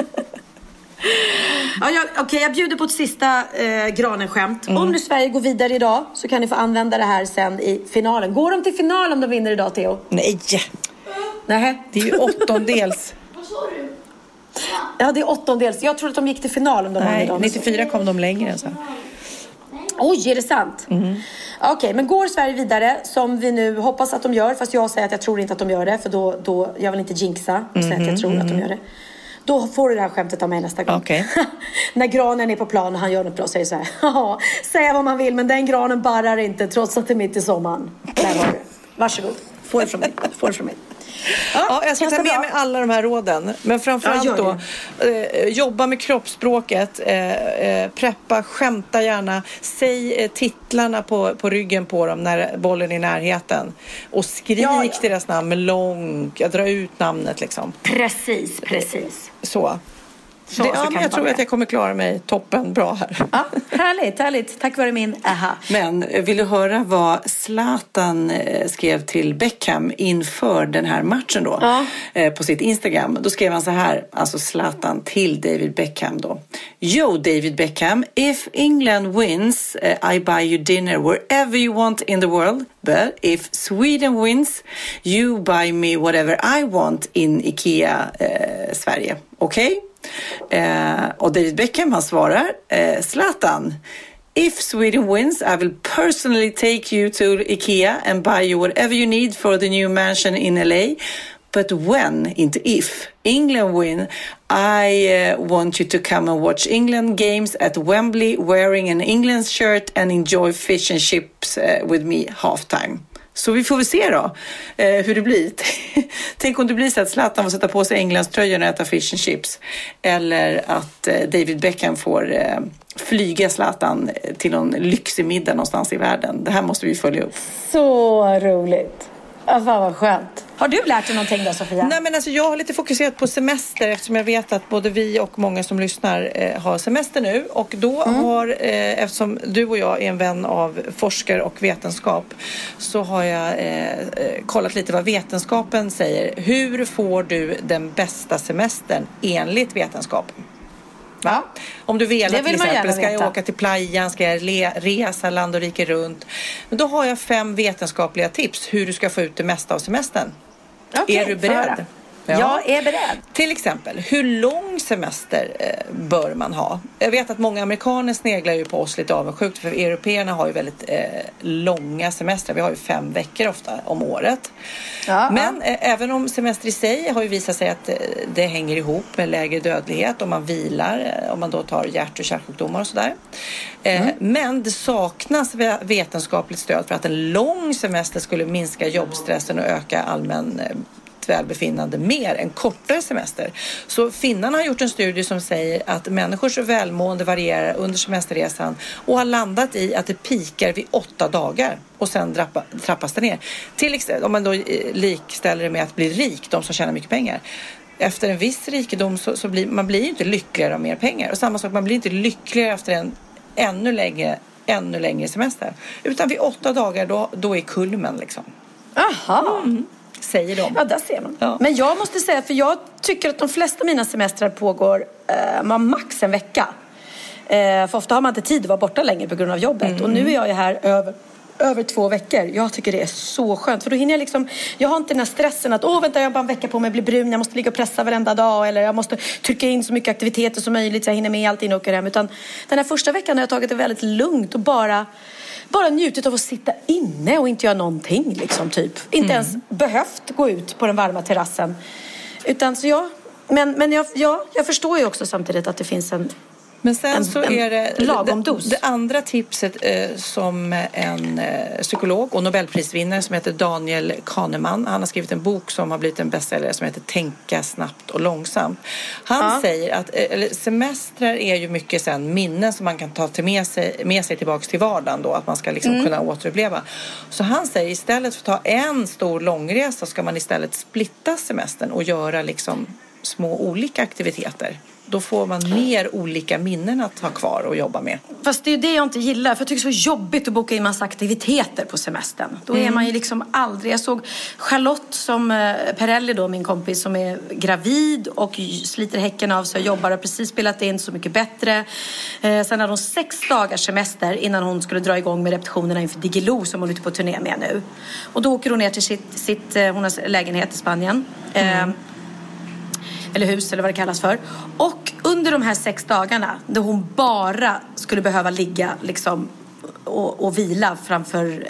Speaker 2: Jag bjuder på ett sista Granen-skämt. Om nu Sverige går vidare idag, så kan ni få använda det här sen i finalen. Går de till final om de vinner idag, Theo?
Speaker 1: Nej. Det är ju åttondels.
Speaker 8: Vad sa du?
Speaker 2: Ja, det är åttondels. Jag tror att de gick till final om de vann idag.
Speaker 1: 94 kom de längre så.
Speaker 2: Oj, är det sant? Okej, men går Sverige vidare, som vi nu hoppas att de gör, fast jag säger att jag tror inte att de gör det, för då jag vill inte jinxa och säga att jag tror att de gör det. Då får du det här skämtet av mig nästa gång.
Speaker 1: Okay.
Speaker 2: När Granen är på plan och han gör något bra, säger så här: säga vad man vill, men den granen barrar inte, trots att det är mitt i sommaren. Där har du. Varsågod. Få det från mig.
Speaker 1: Ja, jag ska ta med mig alla de här råden. Men framförallt då jobba med kroppsspråket, preppa, skämta gärna, säg titlarna på ryggen på dem när bollen är i närheten, och skrik deras namn med dra ut namnet liksom.
Speaker 2: Precis.
Speaker 1: Så men jag tror att jag kommer klara mig toppen bra här.
Speaker 2: Ja, härligt. Tack vare min aha.
Speaker 1: Men vill du höra vad Zlatan skrev till Beckham inför den här matchen då? På sitt Instagram? Då skrev han så här, alltså Zlatan till David Beckham då: Yo David Beckham, if England wins, I buy you dinner wherever you want in the world. But if Sweden wins, you buy me whatever I want in IKEA Sverige. Okej? Och David Beckham, han svarar: Zlatan, if Sweden wins, I will personally take you to IKEA and buy you whatever you need for the new mansion in LA. But when, inte if, England win, I want you to come and watch England games at Wembley wearing an England shirt and enjoy fish and chips with me halftime. Så vi får väl se då hur det blir. Tänk om det blir så att Zlatan får sätta på sig Englands tröjan och äta fish and chips. Eller att David Beckham får flyga Zlatan till någon lyxig middag någonstans i världen. Det här måste vi följa upp.
Speaker 2: Så roligt. Fan vad skönt. Har du lärt dig någonting då, Sofia?
Speaker 1: Nej, men alltså, jag har lite fokuserat på semester eftersom jag vet att både vi och många som lyssnar har semester nu. Och då har, eftersom du och jag är en vän av forskare och vetenskap, så har jag kollat lite vad vetenskapen säger. Hur får du den bästa semestern enligt vetenskapen? Va? Om du vill till exempel, ska jag åka till playan, ska jag resa land och rike runt. Men då har jag 5 vetenskapliga tips hur du ska få ut det mesta av semestern.
Speaker 2: Okej,
Speaker 1: är du beredd?
Speaker 2: Ja. Jag är beredd.
Speaker 1: Till exempel, hur lång semester bör man ha? Jag vet att många amerikaner sneglar ju på oss lite avundsjukt, för européerna har ju väldigt långa semestrar. Vi har ju 5 veckor ofta om året. Ja, men även om semester i sig har ju visat sig att det hänger ihop med lägre dödlighet om man vilar, om man då tar hjärt- och kärlsjukdomar och sådär. Men det saknas vetenskapligt stöd för att en lång semester skulle minska jobbstressen och öka allmän välbefinnande mer än kortare semester. Så finnarna har gjort en studie som säger att människors välmående varierar under semesterresan och har landat i att det pikar vid 8 dagar och sen trappas det ner. Till exempel om man då likställer det med att bli rik, de som tjänar mycket pengar. Efter en viss rikedom så blir man blir inte lyckligare av mer pengar. Och samma sak, man blir inte lyckligare efter en ännu längre semester. Utan vid 8 dagar då är kulmen liksom.
Speaker 2: Aha.
Speaker 1: Säger de.
Speaker 2: Ja, där ser man. Ja. Men jag måste säga, för jag tycker att de flesta av mina semestrar pågår max en vecka. För ofta har man inte tid att vara borta längre på grund av jobbet. Och nu är jag ju här över 2 veckor. Jag tycker det är så skönt. För då hinner jag liksom, jag har inte den här stressen att vänta, jag har bara en vecka på mig att bli brun. Jag måste ligga och pressa varenda dag. Eller jag måste trycka in så mycket aktiviteter som möjligt så jag hinner med allt innan jag åker hem. Utan den här första veckan har jag tagit det väldigt lugnt och bara njutit av att sitta inne och inte göra någonting liksom typ. Inte ens behövt gå ut på den varma terrassen. Utan så jag förstår ju också samtidigt att det finns
Speaker 1: men sen så är det
Speaker 2: lagom dos.
Speaker 1: Det andra tipset som en psykolog och Nobelprisvinnare som heter Daniel Kahneman, han har skrivit en bok som har blivit en bestsäljare som heter Tänka snabbt och långsamt. Han säger att semestrar är ju mycket sen minnen som man kan ta med sig tillbaka till vardagen då, att man ska liksom kunna återuppleva. Så han säger istället för att ta en stor långresa ska man istället splitta semestern och göra liksom små olika aktiviteter. Då får man mer olika minnen att ha kvar och jobba med.
Speaker 2: Fast det är ju det jag inte gillar. För jag tycker det är så jobbigt att boka in massa aktiviteter på semestern. Då är man ju liksom aldrig... Jag såg Charlotte som Perelli då, min kompis, som är gravid och sliter häcken av sig och jobbar och precis spelat in Så mycket bättre. Sen hade hon 6 dagars semester innan hon skulle dra igång med repetitionerna inför Diggiloo som hon är ute på turné med nu. Och då åker hon ner till hon har lägenhet i Spanien. Eller hus eller vad det kallas för. Och under de här 6 dagarna då hon bara skulle behöva ligga liksom och vila framför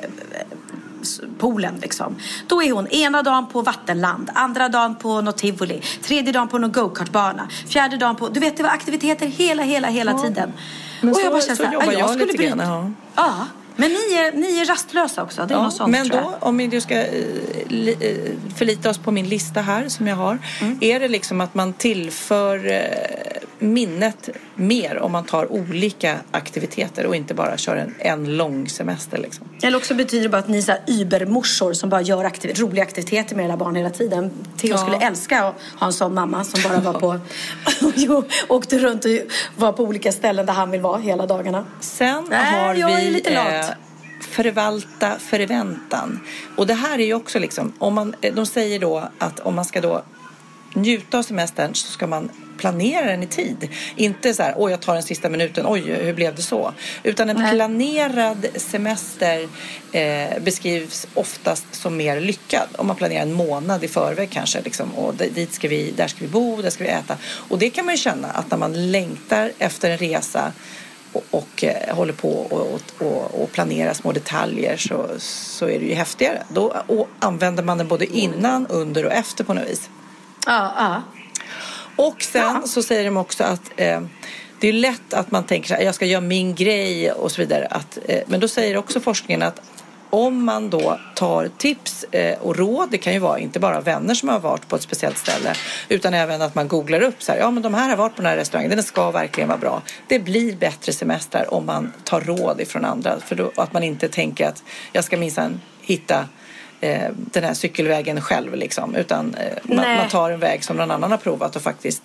Speaker 2: poolen liksom. Då är hon ena dagen på vattenland, andra dagen på något tivoli, tredje dagen på någon go-kartbana, fjärde dagen på, du vet, det var aktiviteter hela tiden.
Speaker 1: Men
Speaker 2: och
Speaker 1: så,
Speaker 2: jag bara kände
Speaker 1: jobbar jag lite grann.
Speaker 2: Ja. Men ni är rastlösa också, det är något sånt.
Speaker 1: Men då, om vi ska förlita oss på min lista här som jag har, är det liksom att man tillför minnet mer om man tar olika aktiviteter och inte bara kör en lång semester liksom.
Speaker 2: Eller också betyder det bara att ni är så här übermorsor som bara gör roliga aktiviteter med era barn hela tiden. Theo skulle älska att ha en sån mamma som bara var på åkte runt och var på olika ställen där han vill vara hela dagarna.
Speaker 1: Sen har vi förvalta förväntan. Och det här är ju också liksom, de säger då att om man ska då njuta av semestern så ska man planera den i tid. Inte så här, jag tar den sista minuten, hur blev det så? Utan en planerad semester beskrivs oftast som mer lyckad. Om man planerar en månad i förväg kanske. Liksom, och där ska vi bo, där ska vi äta. Och det kan man ju känna att när man längtar efter en resa och håller på och planerar små detaljer så är det ju häftigare. Då använder man den både innan, under och efter på något vis.
Speaker 2: Ja.
Speaker 1: Och sen så säger de också att det är lätt att man tänker så här, jag ska göra min grej och så vidare. Men då säger också forskningen att om man då tar tips och råd, det kan ju vara inte bara vänner som har varit på ett speciellt ställe, utan även att man googlar upp så här, men de här har varit på den här restaurangen, den ska verkligen vara bra. Det blir bättre semester om man tar råd ifrån andra, för då, att man inte tänker att jag ska minsann hitta den här cykelvägen själv liksom, utan man tar en väg som någon annan har provat och faktiskt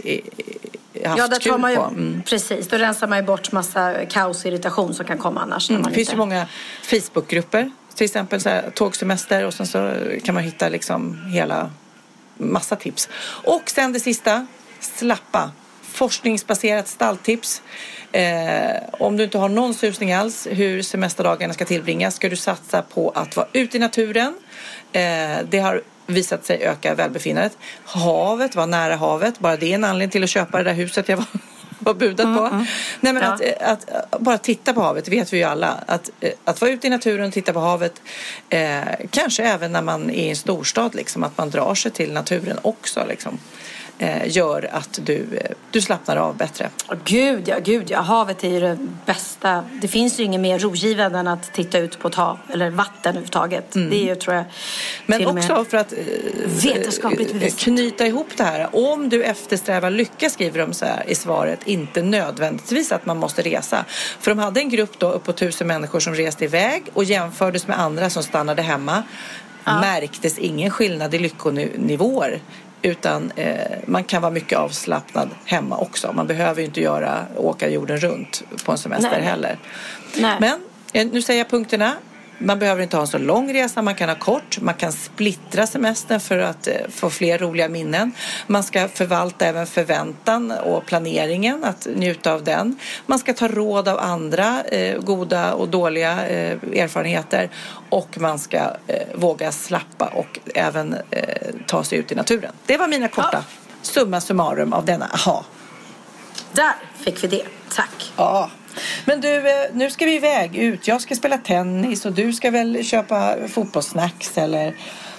Speaker 1: haft
Speaker 2: där
Speaker 1: kul
Speaker 2: tar man ju,
Speaker 1: på.
Speaker 2: Precis, då rensar man ju bort massa kaos och irritation som kan komma annars.
Speaker 1: Det finns ju många Facebookgrupper, till exempel så här, tågsemester, och sen så kan man hitta liksom hela massa tips. Och sen det sista, slappa. Forskningsbaserat stalltips. Om du inte har någon susning alls hur semesterdagarna ska tillbringas, ska du satsa på att vara ute i naturen. Det har visat sig öka välbefinnandet. Havet, vara nära havet, bara det är en anledning till att köpa det där huset jag var budat på. Nej, men att bara titta på havet, vet vi ju alla. Att vara ute i naturen och titta på havet, kanske även när man är i en storstad, liksom, att man drar sig till naturen också liksom. Gör att du slappnar av bättre.
Speaker 2: Gud ja, havet är ju det bästa. Det finns ju inget mer rogivande än att titta ut på ett hav eller vatten överhuvudtaget. Det är ju, tror jag,
Speaker 1: men också för att
Speaker 2: vetenskapligt bevisat.
Speaker 1: Knyta ihop det här. Om du eftersträvar lycka, skriver de så här i svaret, inte nödvändigtvis att man måste resa. För de hade en grupp då upp på 1000 människor som reste iväg och jämfördes med andra som stannade hemma. Märktes ingen skillnad i lyckonivåer. Utan man kan vara mycket avslappnad hemma också. Man behöver ju inte åka jorden runt på en semester heller. Nej. Men nu säger jag punkterna. Man behöver inte ha en så lång resa, man kan ha kort. Man kan splittra semestern för att få fler roliga minnen. Man ska förvalta även förväntan och planeringen, att njuta av den. Man ska ta råd av andra, goda och dåliga erfarenheter. Och man ska våga slappa och även ta sig ut i naturen. Det var mina korta summa summarum av denna aha.
Speaker 2: Där fick vi det, tack.
Speaker 1: Ja. Men du, nu ska vi iväg ut. Jag ska spela tennis och du ska väl köpa fotbollssnacks eller...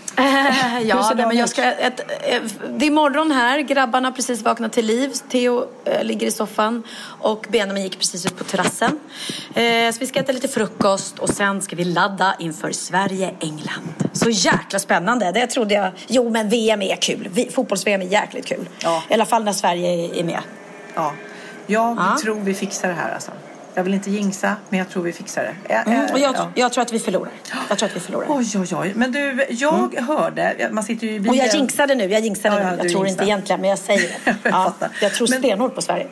Speaker 2: men jag ska det är morgon här. Grabbarna har precis vaknat till liv. Theo ligger i soffan och Benjamin gick precis ut på terrassen. Så vi ska äta lite frukost och sen ska vi ladda inför Sverige-England. Så jäkla spännande. Det trodde jag. Jo, men VM är kul. Fotbolls-VM är jäkligt kul. Ja. I alla fall när Sverige är med.
Speaker 1: Ja. Jag tror vi fixar det här alltså. Jag vill inte jinxa, men jag tror vi fixar det.
Speaker 2: Och jag tror att vi förlorar.
Speaker 1: Oj. Men du, jag hörde, man sitter ju i bilen.
Speaker 2: Och jag jinxade nu. Jag tror inte egentligen, men jag säger det. Jag tror stenhårt på Sverige.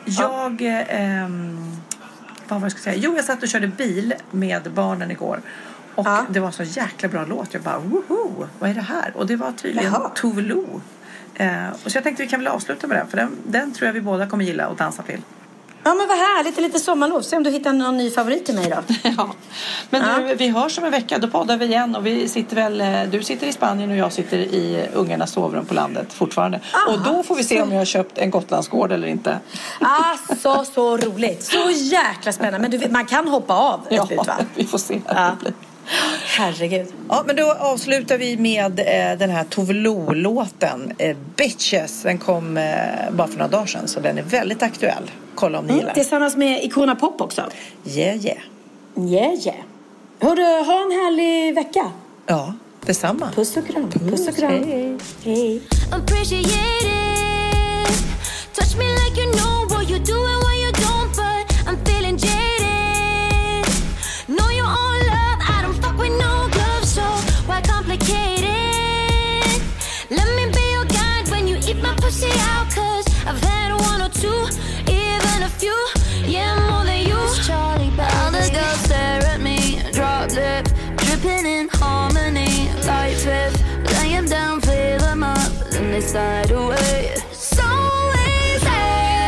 Speaker 1: Vad ska jag säga? Jo, jag satt och körde bil med barnen igår. Och det var så jäkla bra låt. Jag bara, woho, vad är det här? Och det var tydligen Tove Lo. Och så jag tänkte vi kan väl avsluta med den. För den tror jag vi båda kommer gilla och dansa till.
Speaker 2: Ja, men vad härligt, lite sommarlov. Se om du hittar någon ny favorit till mig då.
Speaker 1: Ja, men du, vi hörs om en vecka. Då poddar vi igen och vi sitter väl, du sitter i Spanien och jag sitter i ungarnas sovrum på landet fortfarande. Och då får vi se om jag har köpt en Gotlandsgård eller inte.
Speaker 2: Så roligt. Så jäkla spännande. Men du, man kan hoppa av ett slut, va?
Speaker 1: Vi får se hur det blir.
Speaker 2: Herregud.
Speaker 1: Ja, men då avslutar vi med den här Tove Lo-låten Bitches. Den kom bara för några dagar sedan, så den är väldigt aktuell. Kolla om ni gillar.
Speaker 2: Tillsammans med Icona Pop också.
Speaker 1: Yeah.
Speaker 2: Hörru, ha en härlig vecka.
Speaker 1: Ja, detsamma.
Speaker 2: Puss och kram. Hej.
Speaker 9: Appreciate it. Touch me like you know what you do and what you don't, but I'm feeling jaded. Know you're all love, I don't fuck with no gloves, so why complicate it? Let me be your guide when you eat my pussy out, cause I've had one or two, even a few, yeah, more than you. It's Charlie, but other girls stare at me, drop lip, dripping in harmony, light fifth, laying down, fill them up, then they slide away. So easy.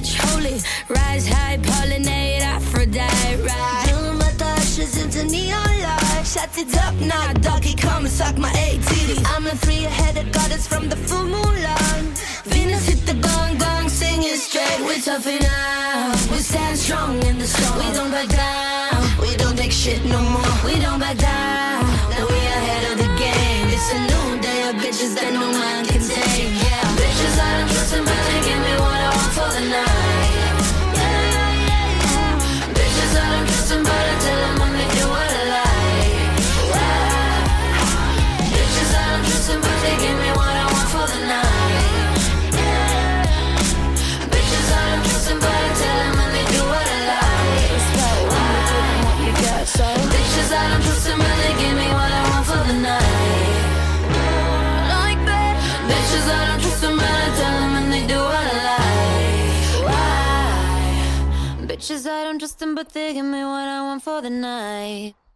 Speaker 9: bitch, holy. Rise high, pollinate, Aphrodite, right? Doing my dashes into neon lights. Shut it up now, doggy, come and suck my ATs. I'm a three-headed goddess from the full moonlight. Venus hit the gong gong, sing it straight. We're tough enough, we stand strong in the storm. We don't back down, we don't take shit no more. We don't back down, now we ahead of the game. It's a new day of bitches that no man can take, yeah. Bitches I don't trust them, but they give me what I want for the night. Bitches I don't trust them, but I tell them when they do what I like. Bitches I don't trust them, but they give me what I want for the night. Bitches I don't trust them, but I tell them when they do what I like. Bitches I don't trust them, but they give me what I want for the night. Like that. Bitches I don't trust them, but I tell them when they do what I like. Why? Bitches I don't trust them, but they give me what I want for the night.